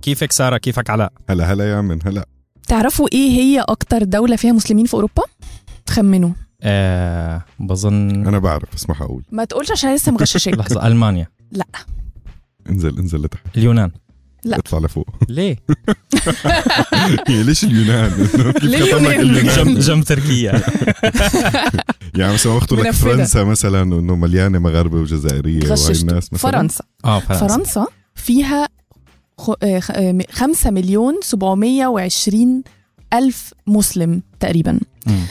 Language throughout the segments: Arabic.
كيفك سارة؟ كيفك علاء؟ هلا يا من هلا. تعرفوا ايه هي اكتر دولة فيها مسلمين في اوروبا؟ تخمنوا. بظن انا بعرف بس ما حقول. ما تقولش عشان لسه مغششك. لحظة، ألمانيا. لا. انزل لتحت. اليونان. لا. اطلع لفوق. ليه؟ ليش اليونان؟ جنب تركيا. يعني مثلا وقت لك فرنسا مثلا انه مليانه مغاربه وجزائريه وهي الناس مثلا. فرنسا. فرنسا فيها 5,720,000 مسلم تقريبا.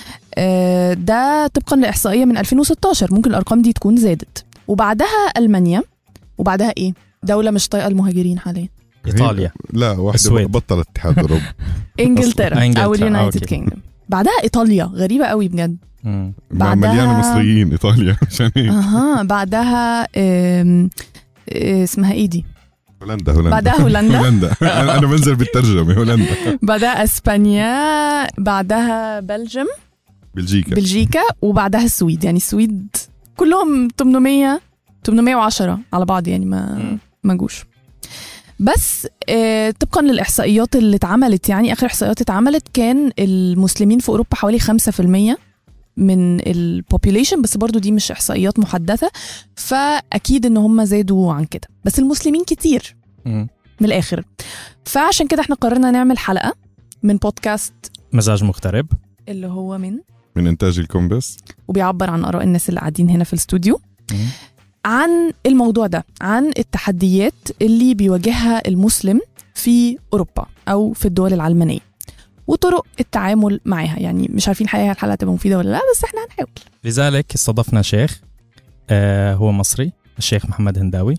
ده طبقا لإحصائية من 2016. ممكن الأرقام دي تكون زادت. وبعدها ألمانيا. وبعدها إيه؟ دولة مش طايقة المهاجرين حاليا. إيطاليا. لا، واحدة بطلت اتحاد أوروبا. إنجلترا أو اليونايتد كينجدم. بعدها إيطاليا، غريبة قوي بجد. بعدها مليانة مصريين إيطاليا عشان بعدها اسمها إيه دي؟ هولندا. بعدها هولندا. أنا بنزل بالترجمة. هولندا. بعدها أسبانيا. بعدها بلجيكا. وبعدها السويد. يعني السويد كلهم 810 على بعض، يعني ما جوش. بس طبقا للإحصائيات اللي اتعملت، يعني آخر إحصائيات اتعملت كان المسلمين في أوروبا حوالي 5% من البوبوليشن، بس برضو دي مش إحصائيات محدثة، فأكيد إن هم زادوا عن كده، بس المسلمين كتير من الآخر. فعشان كده احنا قررنا نعمل حلقة من بودكاست مزاج مغترب، اللي هو من إنتاج الكومبس، وبيعبر عن آراء الناس اللي قاعدين هنا في الاستوديو عن الموضوع ده، عن التحديات اللي بيواجهها المسلم في أوروبا أو في الدول العلمانية وطرق التعامل معها. يعني مش عارفين حقيقة الحلقة تبقى مفيدة ولا لا، بس احنا هنحاول. لذلك استضفنا شيخ هو مصري، الشيخ محمد هنداوي.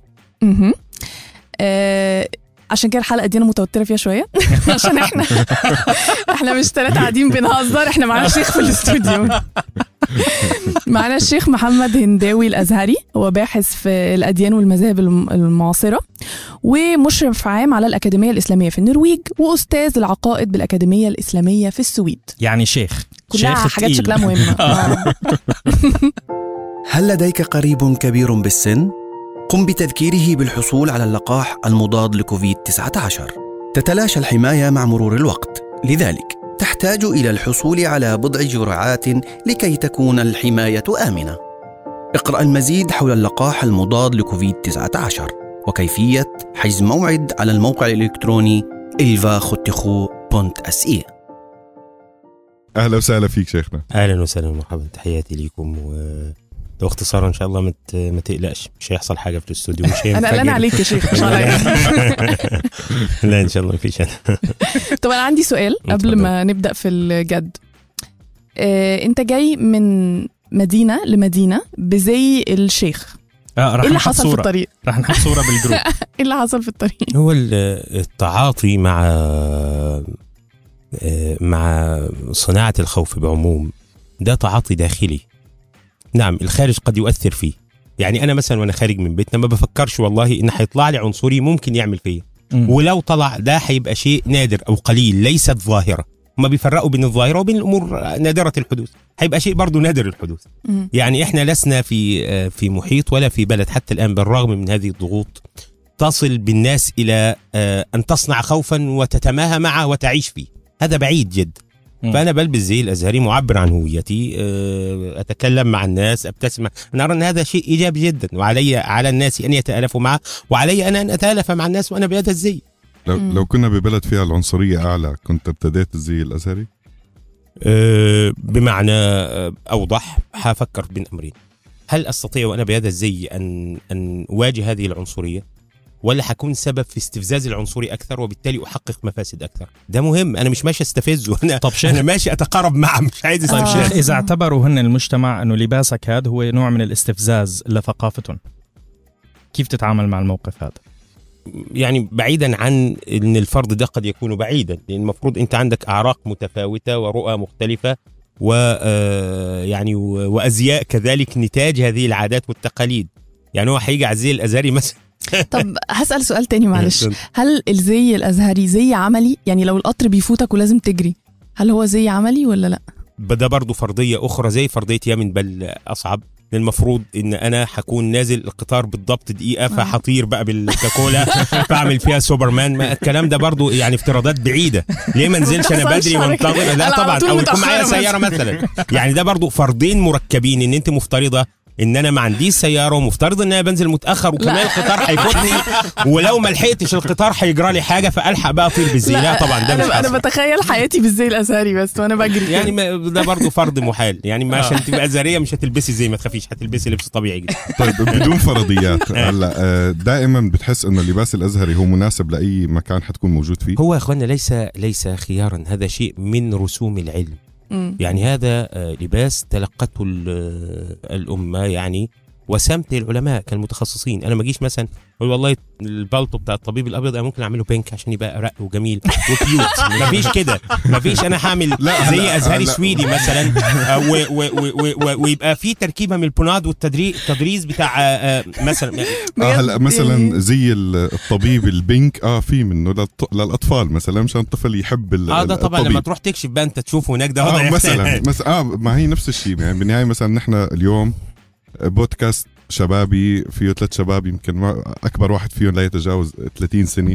عشان كده الحلقة دي أنا متوترة فيها شوية عشان احنا مش 3 قاعدين بنهزر، احنا معنا شيخ في الاستوديو. معنا الشيخ محمد هنداوي الأزهري، هو باحث في الأديان والمذاهب المعاصرة ومشرف عام على الأكاديمية الإسلامية في النرويج، وأستاذ العقائد بالأكاديمية الإسلامية في السويد. يعني شيخ كلها حاجات شكلها مهمة. هل لديك قريب كبير بالسن؟ قم بتذكيره بالحصول على اللقاح المضاد لكوفيد-19. تتلاشى الحماية مع مرور الوقت، لذلك تحتاج إلى الحصول على بضع جرعات لكي تكون الحماية آمنة. اقرأ المزيد حول اللقاح المضاد لكوفيد-19 وكيفية حجز موعد على الموقع الإلكتروني ilvakhottikhu.se. أهلا وسهلا فيك شيخنا. أهلا وسهلا ومرحبا، تحياتي ليكم. لو اختصارا ان شاء الله ما تقلقش، مش هيحصل حاجه في الاستوديو، مش انا قلقان عليك يا شيخ. مش عليا. لا ان شاء الله مفيش. طب انا عندي سؤال قبل ما نبدا في الجد. انت جاي من مدينه لمدينه بزي الشيخ، ايه اللي حصل في الطريق؟ راح نحط صوره بالجروب. ايه اللي حصل في الطريق؟ هو التعاطي مع صناعه الخوف بعموم، ده تعاطي داخلي. نعم، الخارج قد يؤثر فيه. يعني أنا مثلا وأنا خارج من بيتنا ما بفكرش والله إن حيطلع لي عنصري ممكن يعمل فيه، ولو طلع ده حيبقى شيء نادر أو قليل، ليست ظاهرة. ما بيفرقوا بين الظاهرة وبين الأمور نادرة الحدوث، حيبقى شيء برضو نادر الحدوث. يعني إحنا لسنا في محيط ولا في بلد حتى الآن، بالرغم من هذه الضغوط، تصل بالناس إلى أن تصنع خوفا وتتماهى معه وتعيش فيه. هذا بعيد جدا. فأنا بلبس زي الأزهري، معبر عن هويتي، أتكلم مع الناس، أبتسم. أنا أرى أن هذا شيء إيجابي جدا، على الناس أن يتألفوا معه، وعلي أنا أن أتألف مع الناس وأنا بهذا الزي. لو كنا ببلد فيها العنصرية أعلى كنت ابتديت الزي الأزهري؟ بمعنى أوضح، حافكر بين أمرين. هل أستطيع وأنا بهذا الزي أن أواجه هذه العنصرية، ولا حكون سبب في استفزاز العنصري أكثر وبالتالي أحقق مفاسد أكثر؟ ده مهم. أنا مش ماشي استفزه، أنا ماشي أتقارب معه، مش عايز شيخ، إذا اعتبروا هن المجتمع أنه لباسك هذا هو نوع من الاستفزاز لثقافتهم، كيف تتعامل مع الموقف هذا؟ يعني بعيدا عن أن الفرد ده قد يكون بعيدا، لأن المفروض أنت عندك أعراق متفاوتة ورؤى مختلفة يعني وأزياء كذلك نتاج هذه العادات والتقاليد. يعني هو هيجي على الزي الأزهري مثلا. طب هسأل سؤال تاني معلش، هل الزي الأزهري زي عملي؟ يعني لو القطر بيفوتك ولازم تجري، هل هو زي عملي ولا لا؟ ده برضو فرضية أخرى زي فرضية يمن، بل أصعب. المفروض ان انا هكون نازل القطار بالضبط دقيقه فحطير بقى بالكاكولا بعمل فيها سوبرمان. ما الكلام ده برضو يعني افتراضات بعيده. ليه ما انزلش انا بدري وانتظر؟ لا طبعا، او يكون معايا سياره مثلا. يعني ده برضو فردين مركبين، ان انت مفترضه ان انا ما عنديش سياره ومفترض ان انا بنزل متاخر وكمان القطار هيفوتني ولو ما لحقتش القطار هيجرى لي حاجه فالحق بقى اطير بالزي. لا طبعا ده مش انا بتخيل حياتي بالزي الازهري بس وانا بجري يعني ده برضو فرض محال. يعني ما عشان تبقى ازهريه مش هتلبسي زي، ما تخافيش هتلبسي لبس طبيعي جدا. طيب بدون فرضيات، هلا دائما بتحس انه اللباس الازهري هو مناسب لاي مكان حتكون موجود فيه؟ هو يا اخوانا ليس خيارا، هذا شيء من رسوم العلم. يعني هذا لباس تلقته الأمة يعني وسمت العلماء كالمتخصصين. أنا ما أجيش مثلا أقول والله البلطو بتاع الطبيب الأبيض أنا ممكن أعمله بينك عشان يبقى رق وجميل وكيوت. ما فيش كده، ما فيش. أنا هعمل زي أزهري سويدي مثلا ويبقى في تركيبة من البوناد والتدريز بتاع مثلا. هلا مثلا زي الطبيب البينك في منه للأطفال مثلا مشان الطفل يحب ده طبعا لما تروح تكشف بقى أنت تشوفه هناك ده وضع مثلا ما هي نفس الشيء. يعني بالنهاية مثلا نحن اليوم بودكاست شبابي فيه 3 شباب يمكن أكبر واحد فيهم لا يتجاوز 30 سنة.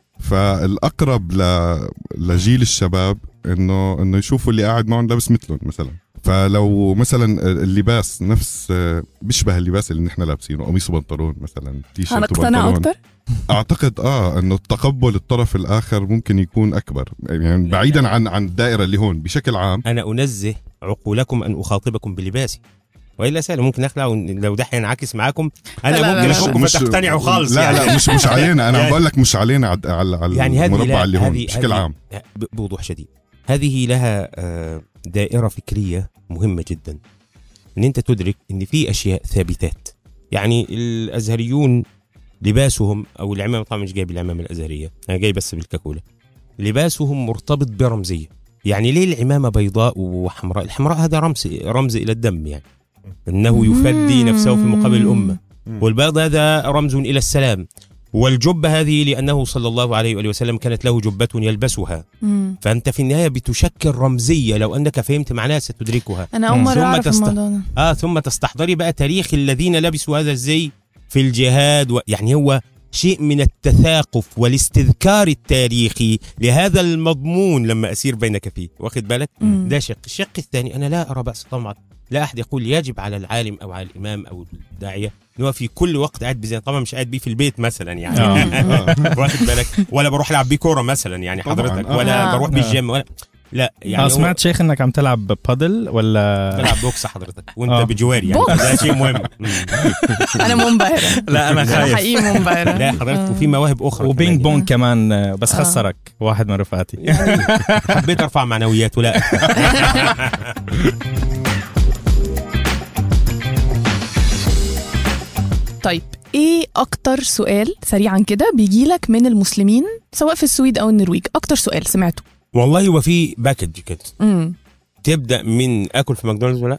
فالأقرب لجيل الشباب إنه يشوفوا اللي قاعد معهم لابس مثلهم مثلا. فلو مثلا اللباس نفس بيشبه اللباس اللي نحن لابسينه، قميص وبنطلون مثلا، تيشيرت وبنطلون، أعتقد إنه تقبل الطرف الآخر ممكن يكون أكبر. يعني بعيدا عن الدائرة اللي هون بشكل عام. أنا أنزه عقولكم أن أخاطبكم بلباسي، وإلا سهل ممكن أخلع لو ده هينعكس معاكم أنا ممكن أشوفكم فتقتنعوا خالص. لا يعني. لا مش علينا. أنا بقول لك مش علينا على يعني المربع اللي هون بشكل عام بوضوح شديد. هذه لها دائرة فكرية مهمة جدا، إن أنت تدرك إن في أشياء ثابتات. يعني الأزهريون لباسهم أو العمامة، طبعا مش جايب العمامة الأزهرية، أنا جاي بس بالكاكولا، لباسهم مرتبط برمزية. يعني ليه العمامة بيضاء وحمراء؟ الحمراء هذا رمز إلى الدم، يعني إنه يفدي نفسه في مقابل الأمة، والبيض هذا رمز إلى السلام، والجبة هذه لأنه صلى الله عليه وآله وسلم كانت له جبة يلبسها. فأنت في النهاية بتشكل رمزية، لو أنك فهمت معناها ستدركها. أنا أول مرة أعرف الموضوع ده. ثم تستحضري بقى تاريخ الذين لبسوا هذا الزي في الجهاد يعني هو شيء من التثاقف والاستذكار التاريخي لهذا المضمون لما أسير بينك فيه، واخد بالك؟ ده شق. الشق الثاني، أنا لا أرى بأس طبعا، لا أحد يقول يجب على العالم أو على الإمام أو الداعية إنه في كل وقت قاعد بزين. طبعا مش قاعد بيه في البيت مثلا يعني واخد بالك، ولا بروح ألعب بيه كورة مثلا يعني حضرتك، ولا بروح بالجيم ولا لا. يعني سمعت شيخ انك عم تلعب بادل ولا تلعب بوكس حضرتك وانت بجواري، يعني ده شيء مهم. انا منبهره. لا انا خايف حقيقي منبهره. لا حضرتك وفي مواهب اخرى وبينج بونج كمان بس خسرك واحد من رفقاتي. حبيت ارفع معنوياته. لا طيب ايه اكتر سؤال سريعا كده بيجيلك من المسلمين سواء في السويد او النرويج؟ اكتر سؤال سمعته؟ والله هو في باكج كده تبدا من اكل في ماكدونالدز ولا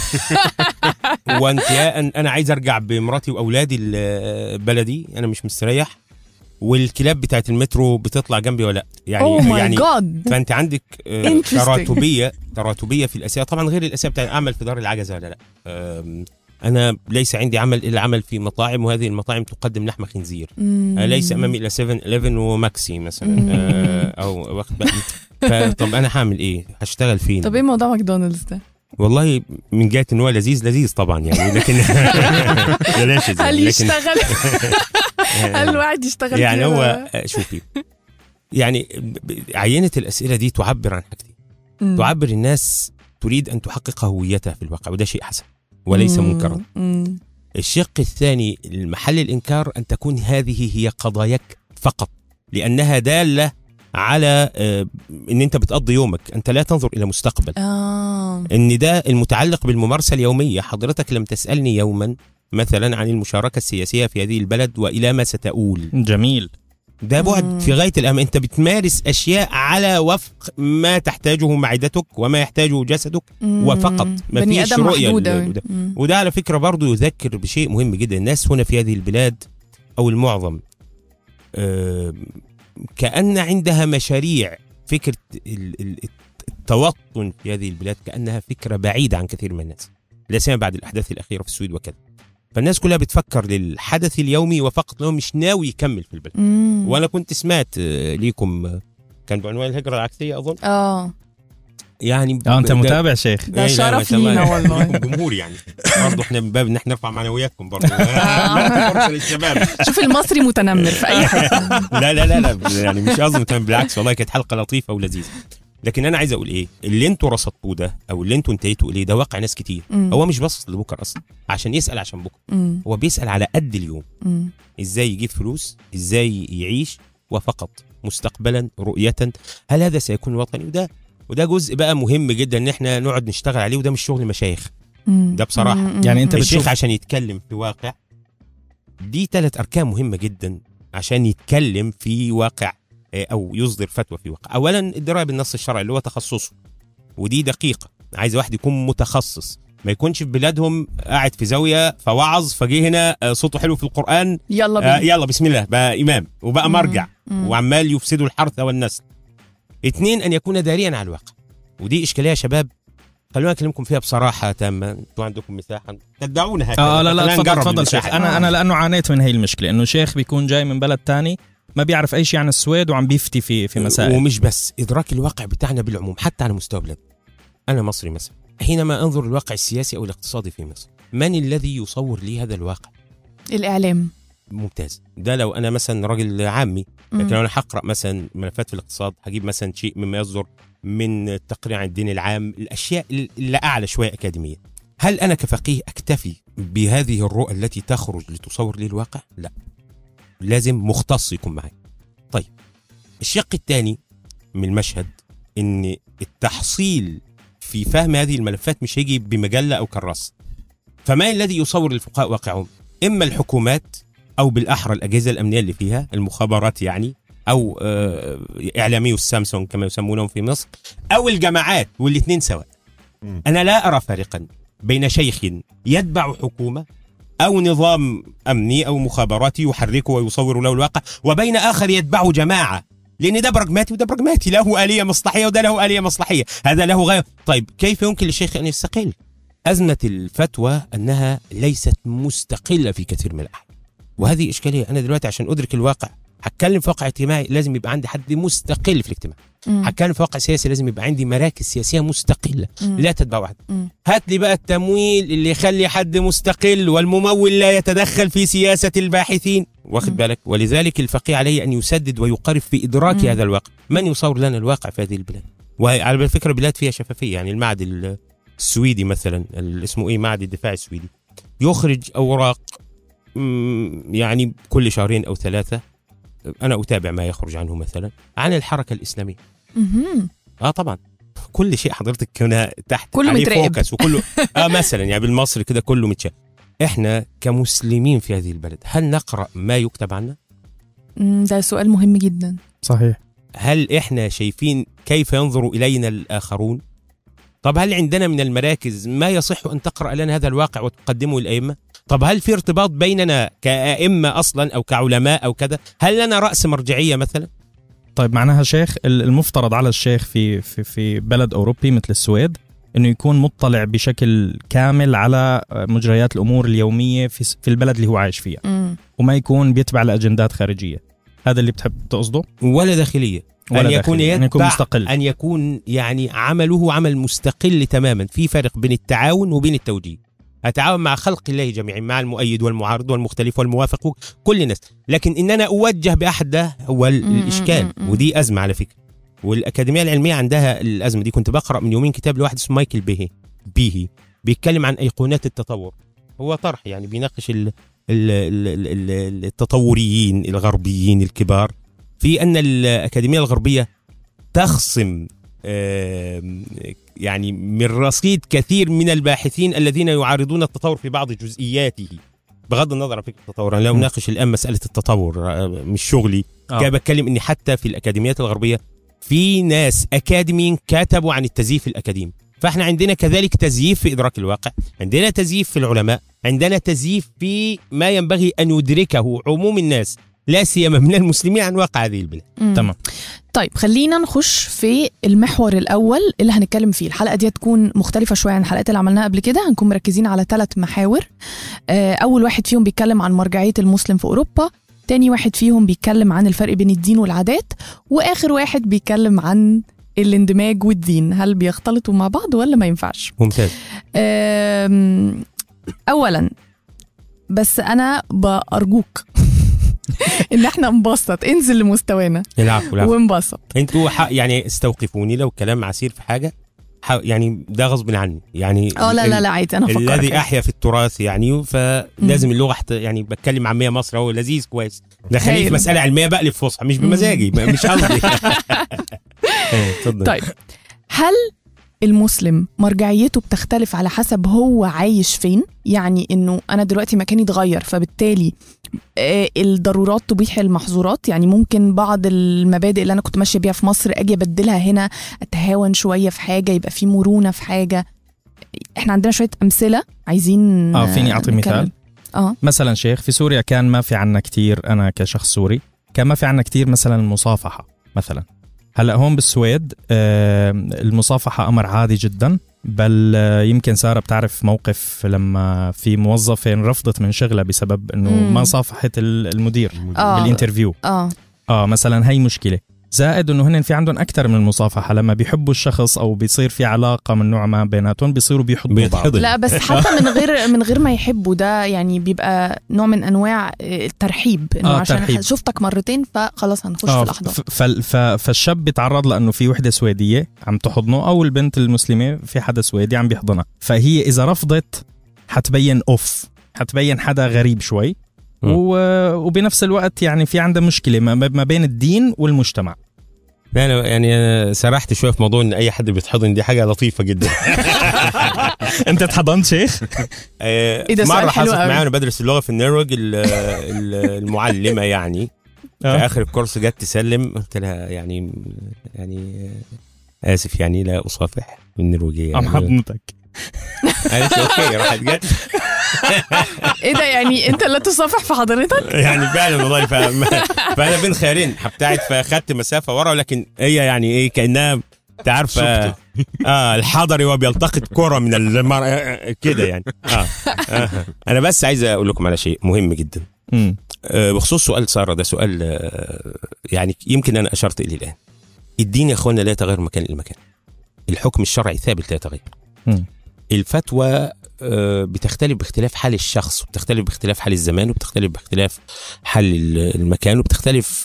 وانتهاء انا عايز ارجع بمراتي واولادي بلدي، انا مش مستريح، والكلاب بتاعت المترو بتطلع جنبي ولا يعني God. فانت عندك تراتبيه في الاسئله، طبعا غير الاسئله بتاعت اعمل في دار العجزه ولا لا. أنا ليس عندي عمل إلا عمل في مطاعم، وهذه المطاعم تقدم لحم خنزير. ليس أمامي إلا 7-11 وماكسي مثلا أو وقت بقى. طب أنا هعمل إيه؟ هشتغل فين؟ طب إيه موضوع ماكدونالدز ده؟ والله من جهة إن هو لذيذ طبعا يعني، لكن هل يشتغل؟ هل الواحد يشتغل؟ يعني هو شوفي، يعني عينة الأسئلة دي تعبر عن حاجتين. تعبر الناس تريد أن تحقق هويتها في الواقع، وده شيء حسن وليس منكرا. الشق الثاني المحل الإنكار أن تكون هذه هي قضاياك فقط، لأنها دالة على أن أنت بتقضي يومك، أنت لا تنظر إلى مستقبل. أن ده المتعلق بالممارسة اليومية. حضرتك لم تسألني يوما مثلا عن المشاركة السياسية في هذه البلد وإلى ما ستؤول. جميل. ده بعد في غاية الأمر. أنت بتمارس أشياء على وفق ما تحتاجه معدتك وما يحتاجه جسدك وفقط، ما فيش رؤية. وده على فكرة برضو يذكر بشيء مهم جدا. الناس هنا في هذه البلاد أو المعظم كأن عندها مشاريع. فكرة التوطن في هذه البلاد كأنها فكرة بعيدة عن كثير من الناس. لا سيما بعد الأحداث الأخيرة في السويد وكذا. فالناس كلها بتفكر للحدث اليومي وفقط، لو مش ناوي يكمل في البلد. وأنا كنت سمعت ليكم كان بعنوان الهجرة العكسية أظن. يعني أنت متابع شيخ، ده شرف لينا والله. جمهور يعني برضه احنا من باب ان احنا نرفع معنوياتكم برضه. فرصة للشباب. شوف المصري متنمر في اي حته. لا يعني مش قصدي متنمر، بالعكس والله كانت حلقه لطيفه ولذيذه. لكن انا عايز اقول ايه، اللي انتوا رصدتوه ده او اللي انتوا انتهيتوا اليه ده واقع ناس كتير. هو مش باصص لبكره اصلا عشان يسال عشان بكره، هو بيسال على قد اليوم. ازاي يجيب فلوس، ازاي يعيش، وفقط مستقبلا رؤيه هل هذا سيكون وطني. وده جزء بقى مهم جدا ان احنا نقعد نشتغل عليه، وده مش شغل مشايخ ده بصراحه. يعني انت الشيخ عشان يتكلم في واقع، دي 3 أركان مهمه جدا عشان يتكلم في واقع او يصدر فتوى في واقع. اولا الدرايه بالنص الشرعي اللي هو تخصصه، ودي دقيقه، عايز واحد يكون متخصص، ما يكونش في بلادهم قاعد في زاويه فوعظ فجه هنا صوته حلو في القران يلا بسم الله بقى امام وبقى مرجع وعمال يفسدوا الحرث والنسل. 2 أن يكون داريا على الواقع، ودي إشكالية يا شباب خلونا أكلمكم فيها بصراحة تامة. أنتوا عندكم مساحة تدعونها هكذا. لا تفضل شيخ. أنا لأنه عانيت من هي المشكلة، إنه شيخ بيكون جاي من بلد تاني ما بيعرف أي شيء عن السويد وعم بيفتي في مسائل. ومش بس إدراك الواقع بتاعنا بالعموم حتى على مستوى بلاد. أنا مصري مثلا، حينما أنظر الواقع السياسي أو الاقتصادي في مصر، من الذي يصور لي هذا الواقع؟ الإعلام. ممتاز. ده لو أنا مثلا راجل عامي، لكن لو أنا حقرأ مثلا ملفات في الاقتصاد هجيب مثلا شيء مما يصدر من التقرير عن الدين العام، الأشياء اللي أعلى شوية أكاديمية. هل أنا كفقيه أكتفي بهذه الرؤى التي تخرج لتصور لي الواقع؟ لا، لازم مختص يكون معي. طيب الشق الثاني من المشهد إن التحصيل في فهم هذه الملفات مش هيجي بمجلة أو كراسة. فما الذي يصور للفقهاء واقعهم؟ إما الحكومات أو بالأحرى الأجهزة الأمنية اللي فيها المخابرات يعني، أو إعلامي السامسونج كما يسمونهم في مصر، أو الجماعات، والاثنين سواء. أنا لا أرى فارقا بين شيخ يتبع حكومة أو نظام أمني أو مخابراتي يحركه ويصور له الواقع، وبين آخر يتبع جماعة، لأن ده براجماتي وده براجماتي، له آلية مصلحية وده له آلية مصلحية، هذا له غاية. طيب كيف يمكن للشيخ أن يستقل؟ أزمة الفتوى أنها ليست مستقلة في كثير من الأحيان، وهذه إشكالية. أنا دلوقتي عشان أدرك الواقع هتكلم في واقع اجتماعي لازم يبقى عندي حد مستقل في الاجتماع. هتكلم في واقع سياسي لازم يبقى عندي مراكز سياسية مستقلة لا تتبع واحد. هات لي بقى التمويل اللي يخلي حد مستقل، والممول لا يتدخل في سياسة الباحثين، واخد بالك. ولذلك الفقيه عليه أن يسدد ويقارب في إدراك هذا الواقع. من يصور لنا الواقع في هذه البلاد؟ وعلى فكرة بلاد فيها شفافية، يعني المعهد السويدي مثلا اسمه معهد الدفاع السويدي يخرج أوراق يعني كل 2 أو 3 أنا أتابع ما يخرج عنه مثلا عن الحركة الإسلامية. طبعا كل شيء حضرتك هنا تحت كله عليه متراقب. فوكس وكله مثلا يعني بالمصري كده كله متشاف. إحنا كمسلمين في هذه البلد هل نقرأ ما يكتب عنا؟ ده سؤال مهم جدا. صحيح. هل إحنا شايفين كيف ينظر إلينا الآخرون؟ طب هل عندنا من المراكز ما يصح أن تقرأ لنا هذا الواقع وتقدمه الأئمة؟ طب هل في ارتباط بيننا كأئمة أصلا أو كعلماء أو كذا؟ هل لنا رأس مرجعية مثلا؟ طيب معناها شيخ المفترض على الشيخ في بلد أوروبي مثل السويد إنه يكون مطلع بشكل كامل على مجريات الأمور اليومية في البلد اللي هو عايش فيها، وما يكون بيتبع لأجندات خارجية. هذا اللي بتحب تقصده؟ ولا داخلية. أن يكون مستقل، أن يكون يعني عمله عمل مستقل تماما. في فرق بين التعاون وبين التوجيه. أتعاون مع خلق الله جميعا، مع المؤيد والمعارض والمختلف والموافق كل الناس، لكن إن أنا أوجه بأحد ده هو الإشكال، ودي أزمة على فكرة. والأكاديمية العلمية عندها الأزمة دي. كنت بقرأ من يومين كتاب لواحد اسمه مايكل بيهي بيتكلم عن أيقونات التطور. هو طرح يعني بيناقش التطوريين الغربيين الكبار في أن الأكاديمية الغربية تخصم يعني من رصيد كثير من الباحثين الذين يعارضون التطور في بعض جزئياته، بغض النظر عن فكرة التطور. أنا لو ناقش الآن مسألة التطور مش شغلي، كان بتكلم إني حتى في الأكاديميات الغربية في ناس أكاديميين كتبوا عن التزييف الأكاديمي. فإحنا عندنا كذلك تزييف في إدراك الواقع، عندنا تزييف في العلماء، عندنا تزييف في ما ينبغي أن يدركه عموم الناس لا سيما من المسلمين عن واقع هذه البلاد. تمام. طيب خلينا نخش في المحور الأول اللي هنتكلم فيه. الحلقة دي هتكون مختلفة شوية عن الحلقات اللي عملناها قبل كده. هنكون مركزين على 3 محاور. أول واحد فيهم بيتكلم عن مرجعية المسلم في أوروبا، تاني واحد فيهم بيتكلم عن الفرق بين الدين والعادات، وآخر واحد بيتكلم عن الاندماج والدين، هل بيختلطوا مع بعض ولا ما ينفعش. ممتاز. أولا بس أنا بأرجوك إن احنا نبسط، انزل لمستوانا. العفو. ونبسط. انتوا يعني استوقفوني لو كلام عسير في حاجة، يعني ده غصب عني يعني. لا عادي، أنا فكرت الذي أحيا في التراث يعني، فلازم اللغة يعني بتكلم عامية مصر هو لذيذ كويس. ده خليني في مسألة علمية بقلب فصحى، مش بمزاجي مش قصدي. طيب هل المسلم مرجعيته بتختلف على حسب هو عايش فين؟ يعني انه انا دلوقتي مكاني اتغير، فبالتالي الضرورات تبيح المحظورات. يعني ممكن بعض المبادئ اللي انا كنت ماشيه بيها في مصر اجي ابدلها هنا، اتهاون شويه في حاجه، يبقى في مرونه في حاجه. احنا عندنا شويه امثله عايزين فيني اعطي مثال. مثلا شيخ، في سوريا كان ما في عنا كتير، انا كشخص سوري كان ما في عنا كتير مثلا المصافحه مثلا. هلأ هون بالسويد المصافحة أمر عادي جدا، بل يمكن سارة بتعرف موقف لما في موظفة رفضت من شغلها بسبب أنه ما صافحت المدير بالانترفيو. مثلا هاي مشكلة. زائد أنه هن في عندهم أكتر من المصافحة، لما بيحبوا الشخص أو بيصير في علاقة من نوع ما بيناتهم بيصيروا بيحضنوا بعض. لا بس حتى من غير ما يحبوا، ده يعني بيبقى نوع من أنواع الترحيب، إنه عشان ترحيب. شفتك مرتين فخلاص هنخش في الأحضان. فالشاب بيتعرض لأنه في وحدة سويدية عم تحضنه، أو البنت المسلمة في حدا سويدي عم بيحضنها، فهي إذا رفضت حتبين حتبين حدا غريب شوي. وبنفس الوقت يعني في عنده مشكلة ما بين الدين والمجتمع. أنا يعني سرحت شوية في موضوع إن أي حد بيتحضن، دي حاجة لطيفة جدا. أنت اتحضنت شيخ؟ مرة حصلت معي وأنا بدرس اللغة في النرويج، المعلمة يعني في آخر الكورس جت تسلم، قلت لها يعني آسف يعني لا أصافح بالنرويجية. أم حضنتك؟ قالت أوكي، راحت جت. ايه ده يعني انت لا تصافح في حضرتك؟ يعني فعلا والله. فانا بين خيارين ابتعد، فاخدت مسافه ورا، لكن هي يعني ايه كانها تعرف الحضري وبيلتقط كره من المرأة كده يعني. انا بس عايز اقول لكم على شيء مهم جدا بخصوص سؤال ساره. ده سؤال يعني يمكن انا اشرت اليه الان. الدين يا اخوانا لا يتغير مكان الى مكان، الحكم الشرعي ثابت لا يتغير. الفتوى بتختلف باختلاف حال الشخص، وبتختلف باختلاف حال الزمان، وبتختلف باختلاف حال المكان، وبتختلف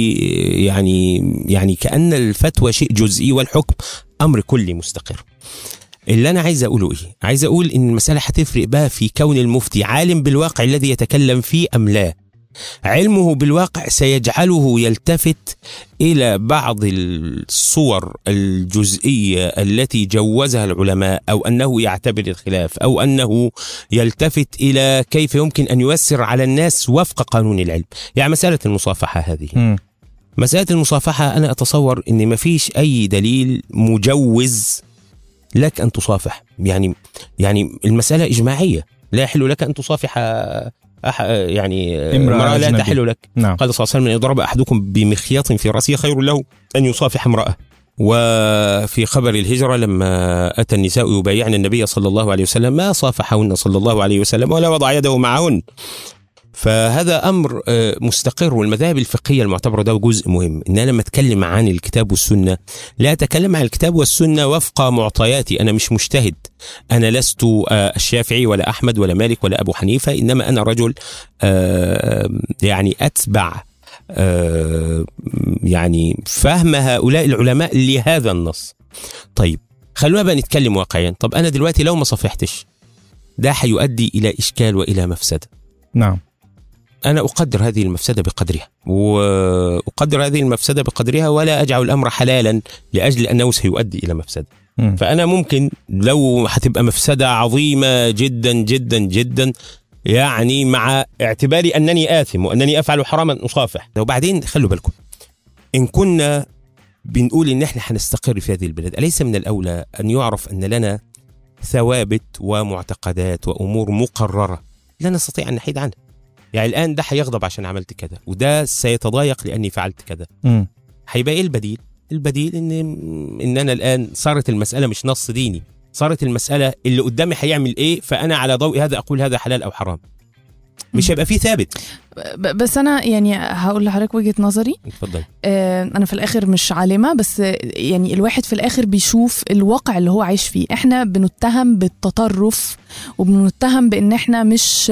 يعني كأن الفتوى شيء جزئي والحكم أمر كلي مستقر. اللي أنا عايز أقوله إيه؟ عايز أقول إن المسألة هتفرق بقى في كون المفتي عالم بالواقع الذي يتكلم فيه أم لا. علمه بالواقع سيجعله يلتفت إلى بعض الصور الجزئية التي جوزها العلماء، أو أنه يعتبر الخلاف، أو أنه يلتفت إلى كيف يمكن أن يؤثر على الناس وفق قانون العلم. يعني مسألة المصافحة هذه، مسألة المصافحة أنا أتصور أن ما فيش أي دليل مجوز لك أن تصافح. يعني المسألة إجماعية، لا يحل لك أن تصافح يعني امرأة لا تحل لك. نعم. قال صلى الله عليه وسلم: يضرب أحدكم بمخيط في رأسه خير له أن يصافح امرأة. وفي خبر الهجرة لما أتى النساء يبايعن النبي صلى الله عليه وسلم ما صافحهن صلى الله عليه وسلم ولا وضع يده معهن. فهذا أمر مستقر. والمذاهب الفقهية المعتبرة ده جزء مهم، إن أنا لما أتكلم عن الكتاب والسنة لا أتكلم عن الكتاب والسنة وفق معطياتي. أنا مش مجتهد، أنا لست الشافعي ولا أحمد ولا مالك ولا أبو حنيفة، إنما أنا رجل يعني أتبع يعني فهم هؤلاء العلماء لهذا النص. طيب خلونا بقى نتكلم واقعيا. طب أنا دلوقتي لو ما صفحتش ده هيؤدي إلى إشكال وإلى مفسدة. نعم. أنا أقدر هذه المفسدة بقدرها، وأقدر هذه المفسدة بقدرها، ولا أجعل الأمر حلالا لأجل أنه سيؤدي إلى مفسدة. فأنا ممكن لو هتبقى مفسدة عظيمة جدا جدا جدا، يعني مع اعتباري أنني آثم وأنني أفعل حراما أصافح. وبعدين خلوا بالكم، إن كنا بنقول إن إحنا هنستقر في هذه البلاد، أليس من الأولى أن يعرف أن لنا ثوابت ومعتقدات وأمور مقررة لا نستطيع أن نحيد عنها؟ يعني الآن ده هيغضب عشان عملت كذا، وده سيتضايق لأني فعلت كذا. هيبقى إيه البديل؟ البديل إن أنا الآن صارت المسألة مش نص ديني، صارت المسألة اللي قدامي هيعمل إيه، فأنا على ضوء هذا أقول هذا حلال أو حرام، مش هيبقى فيه ثابت. بس أنا يعني هقول لحضرتك وجهة نظري. اتفضل. أنا في الآخر مش عالمة، بس يعني الواحد في الآخر بيشوف الواقع اللي هو عايش فيه. إحنا بنتهم بالتطرف، وبنتهم بإن إحنا مش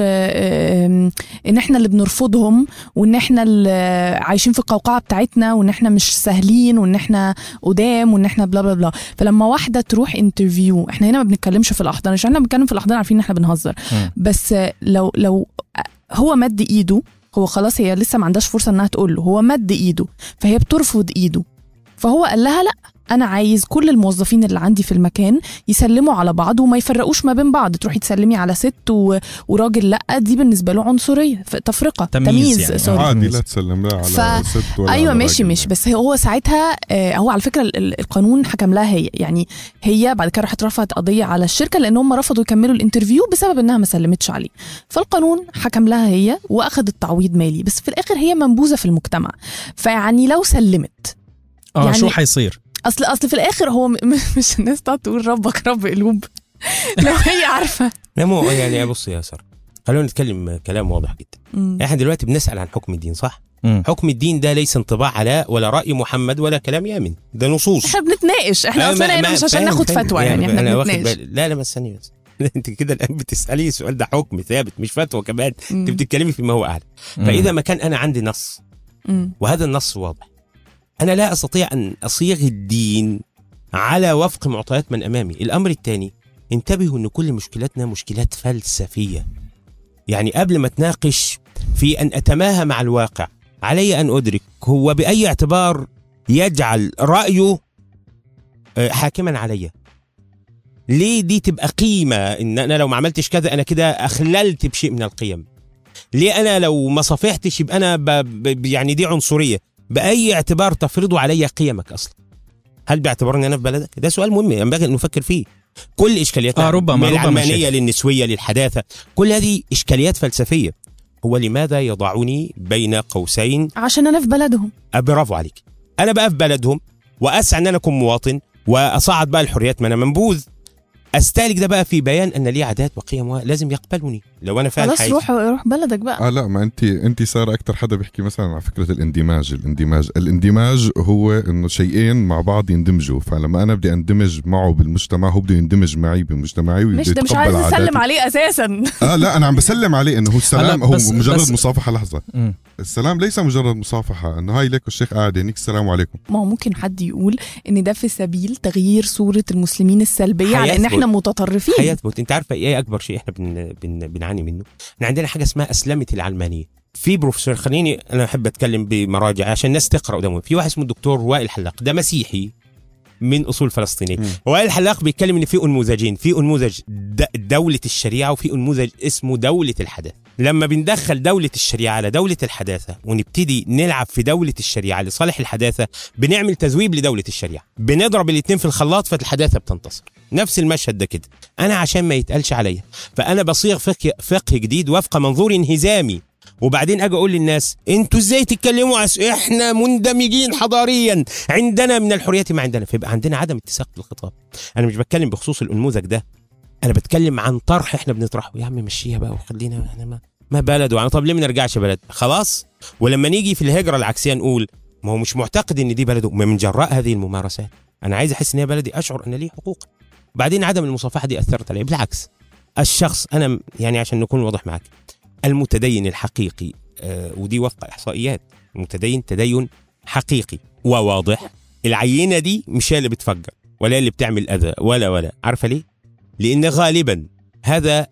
إن إحنا اللي بنرفضهم، وإن إحنا اللي عايشين في القوقعة بتاعتنا، وإن إحنا مش سهلين، وإن إحنا قدام، وإن إحنا بلا بلا بلا. فلما واحدة تروح انترفيو، إحنا هنا ما بنتكلمش في الأحضان، عشان إحنا بنتكلم في الأحضان عارفين إن إحنا بنهزر، بس لو هو مد ايده، هو خلاص هي لسه ما عندهاش فرصة انها تقول له، هو مد ايده فهي بترفض ايده، فهو قال لها لا، انا عايز كل الموظفين اللي عندي في المكان يسلموا على بعض وما يفرقوش ما بين بعض. تروحي تسلمي على ست وراجل لا، دي بالنسبه له عنصريه، تفرقه، تمييز يعني. عادي لا تسلم لا على ست ولا ايوه على ماشي ماشي. بس هو ساعتها هو على فكره القانون حكم لها هي، يعني هي بعد كده راحت رفعت قضيه على الشركه لان هم رفضوا يكملوا الانترفيو بسبب انها ما سلمتش عليه، فالقانون حكم لها هي واخدت تعويض مالي، بس في الاخر هي منبوذه في المجتمع. فيعني لو سلمت يعني شو حيصير؟ اصل في الاخر هو مش الناس تقعد تقول ربك رب قلوب لو هي عارفه. لا مو يعني ابص يا ساره، خلونا نتكلم كلام واضح جدا. احنا دلوقتي بنسال عن حكم الدين، صح؟ حكم الدين ده ليس انطباع علاء ولا راي محمد ولا كلام يامن، ده نصوص. احنا بنتناقش، احنا اصلا هنا مش عشان ناخد فتوى، يعني احنا بنتناقش. لا بس ثانيه بس انت كده الان بتسالي السؤال ده حكم ثابت مش فتوى كمان، انت بتتكلمي فيما هو اعلى. فاذا ما كان انا عندي نص وهذا النص واضح، انا لا استطيع ان اصيغ الدين على وفق معطيات من امامي. الامر الثاني، انتبهوا ان كل مشكلاتنا مشكلات فلسفيه. يعني قبل ما اتناقش في ان اتماهى مع الواقع، علي ان ادرك هو باي اعتبار يجعل رايه حاكما علي. ليه دي تبقى قيمه، ان انا لو ما عملتش كذا انا كده اخللت بشيء من القيم؟ ليه انا لو ما صفحتش يبقى انا يعني دي عنصريه؟ باي اعتبار تفرضوا علي قيمك اصلا؟ هل باعتبار ان انا في بلدك؟ ده سؤال مهم ينبغي ان نفكر فيه. كل اشكاليات ربما العلمانيه للنسويه للحداثه، كل هذه اشكاليات فلسفيه. هو لماذا يضعني بين قوسين؟ عشان انا في بلدهم. برافو عليك. انا بقى في بلدهم واسعى ان انا اكون مواطن واصعد بقى الحريات، ما انا منبوذ. استهلك ده بقى في بيان ان لي عادات وقيم لازم يقبلوني لو انا فعلا خلاص روح بلدك بقى. لا ما انت صار اكتر حدا بيحكي مثلا على فكره الاندماج هو انه شيئين مع بعض يندمجوا. فلما انا بدي اندمج معه بالمجتمع، هو بده يندمج معي بمجتمعي ويبدا يتقبل مش عايز اسلم عليه اساسا. لا انا عم بسلم عليه انه هو السلام هو مجرد مصافحه. لحظه، السلام ليس مجرد مصافحه انه هاي ليك الشيخ قاعد هنيك السلام عليكم. ما هو ممكن حد يقول ان ده في سبيل تغيير صورة المسلمين السلبية على ان احنا متطرفين. حيثبت. انت عارفه ايه اكبر شيء احنا بنعاني منه؟ احنا عندنا حاجه اسمها اسلمه العلمانيه. في بروفيسور، خليني انا احب اتكلم بمراجع عشان الناس تقرا قدامهم. في واحد اسمه الدكتور وائل حلاق، ده مسيحي من اصول فلسطينيه. وائل حلاق بيتكلم ان في انموذجين، في انموذج دوله الشريعه وفي انموذج اسمه دوله الحداثه. لما بندخل دولة الشريعة على دولة الحداثة ونبتدي نلعب في دولة الشريعة لصالح الحداثة، بنعمل تذويب لدولة الشريعة، بنضرب الاثنين في الخلاط فالحداثة بتنتصر. نفس المشهد ده كده. أنا عشان ما يتقالش عليا فأنا بصيغ فقه جديد وفق منظور انهزامي، وبعدين أجي أقول للناس أنتوا إزاي تتكلموا إحنا مندمجين حضاريا، عندنا من الحريات ما عندنا، فيبقى عندنا عدم اتساق بالخطاب. أنا مش بتكلم بخصوص الأنموذج ده، أنا بتكلم عن طرح إحنا بنطرحه. يا عم مشيها بقى وخلينا أنا ما بلد وعن طب ليه ما نرجعش بلد خلاص. ولما نيجي في الهجرة العكسية نقول ما هو مش معتقد إن دي بلده، من جراء هذه الممارسات أنا عايز أحس إن هي بلدي، أشعر أن لي حقوق. بعدين عدم المصافحة دي أثرت علي. بالعكس الشخص، أنا يعني عشان نكون واضح معك، المتدين الحقيقي ودي وفق إحصائيات، المتدين تدين حقيقي وواضح، العينة دي مش هي اللي بتفجر ولا اللي بتعمل أذى ولا عارفة ليه؟ لأن غالبا هذا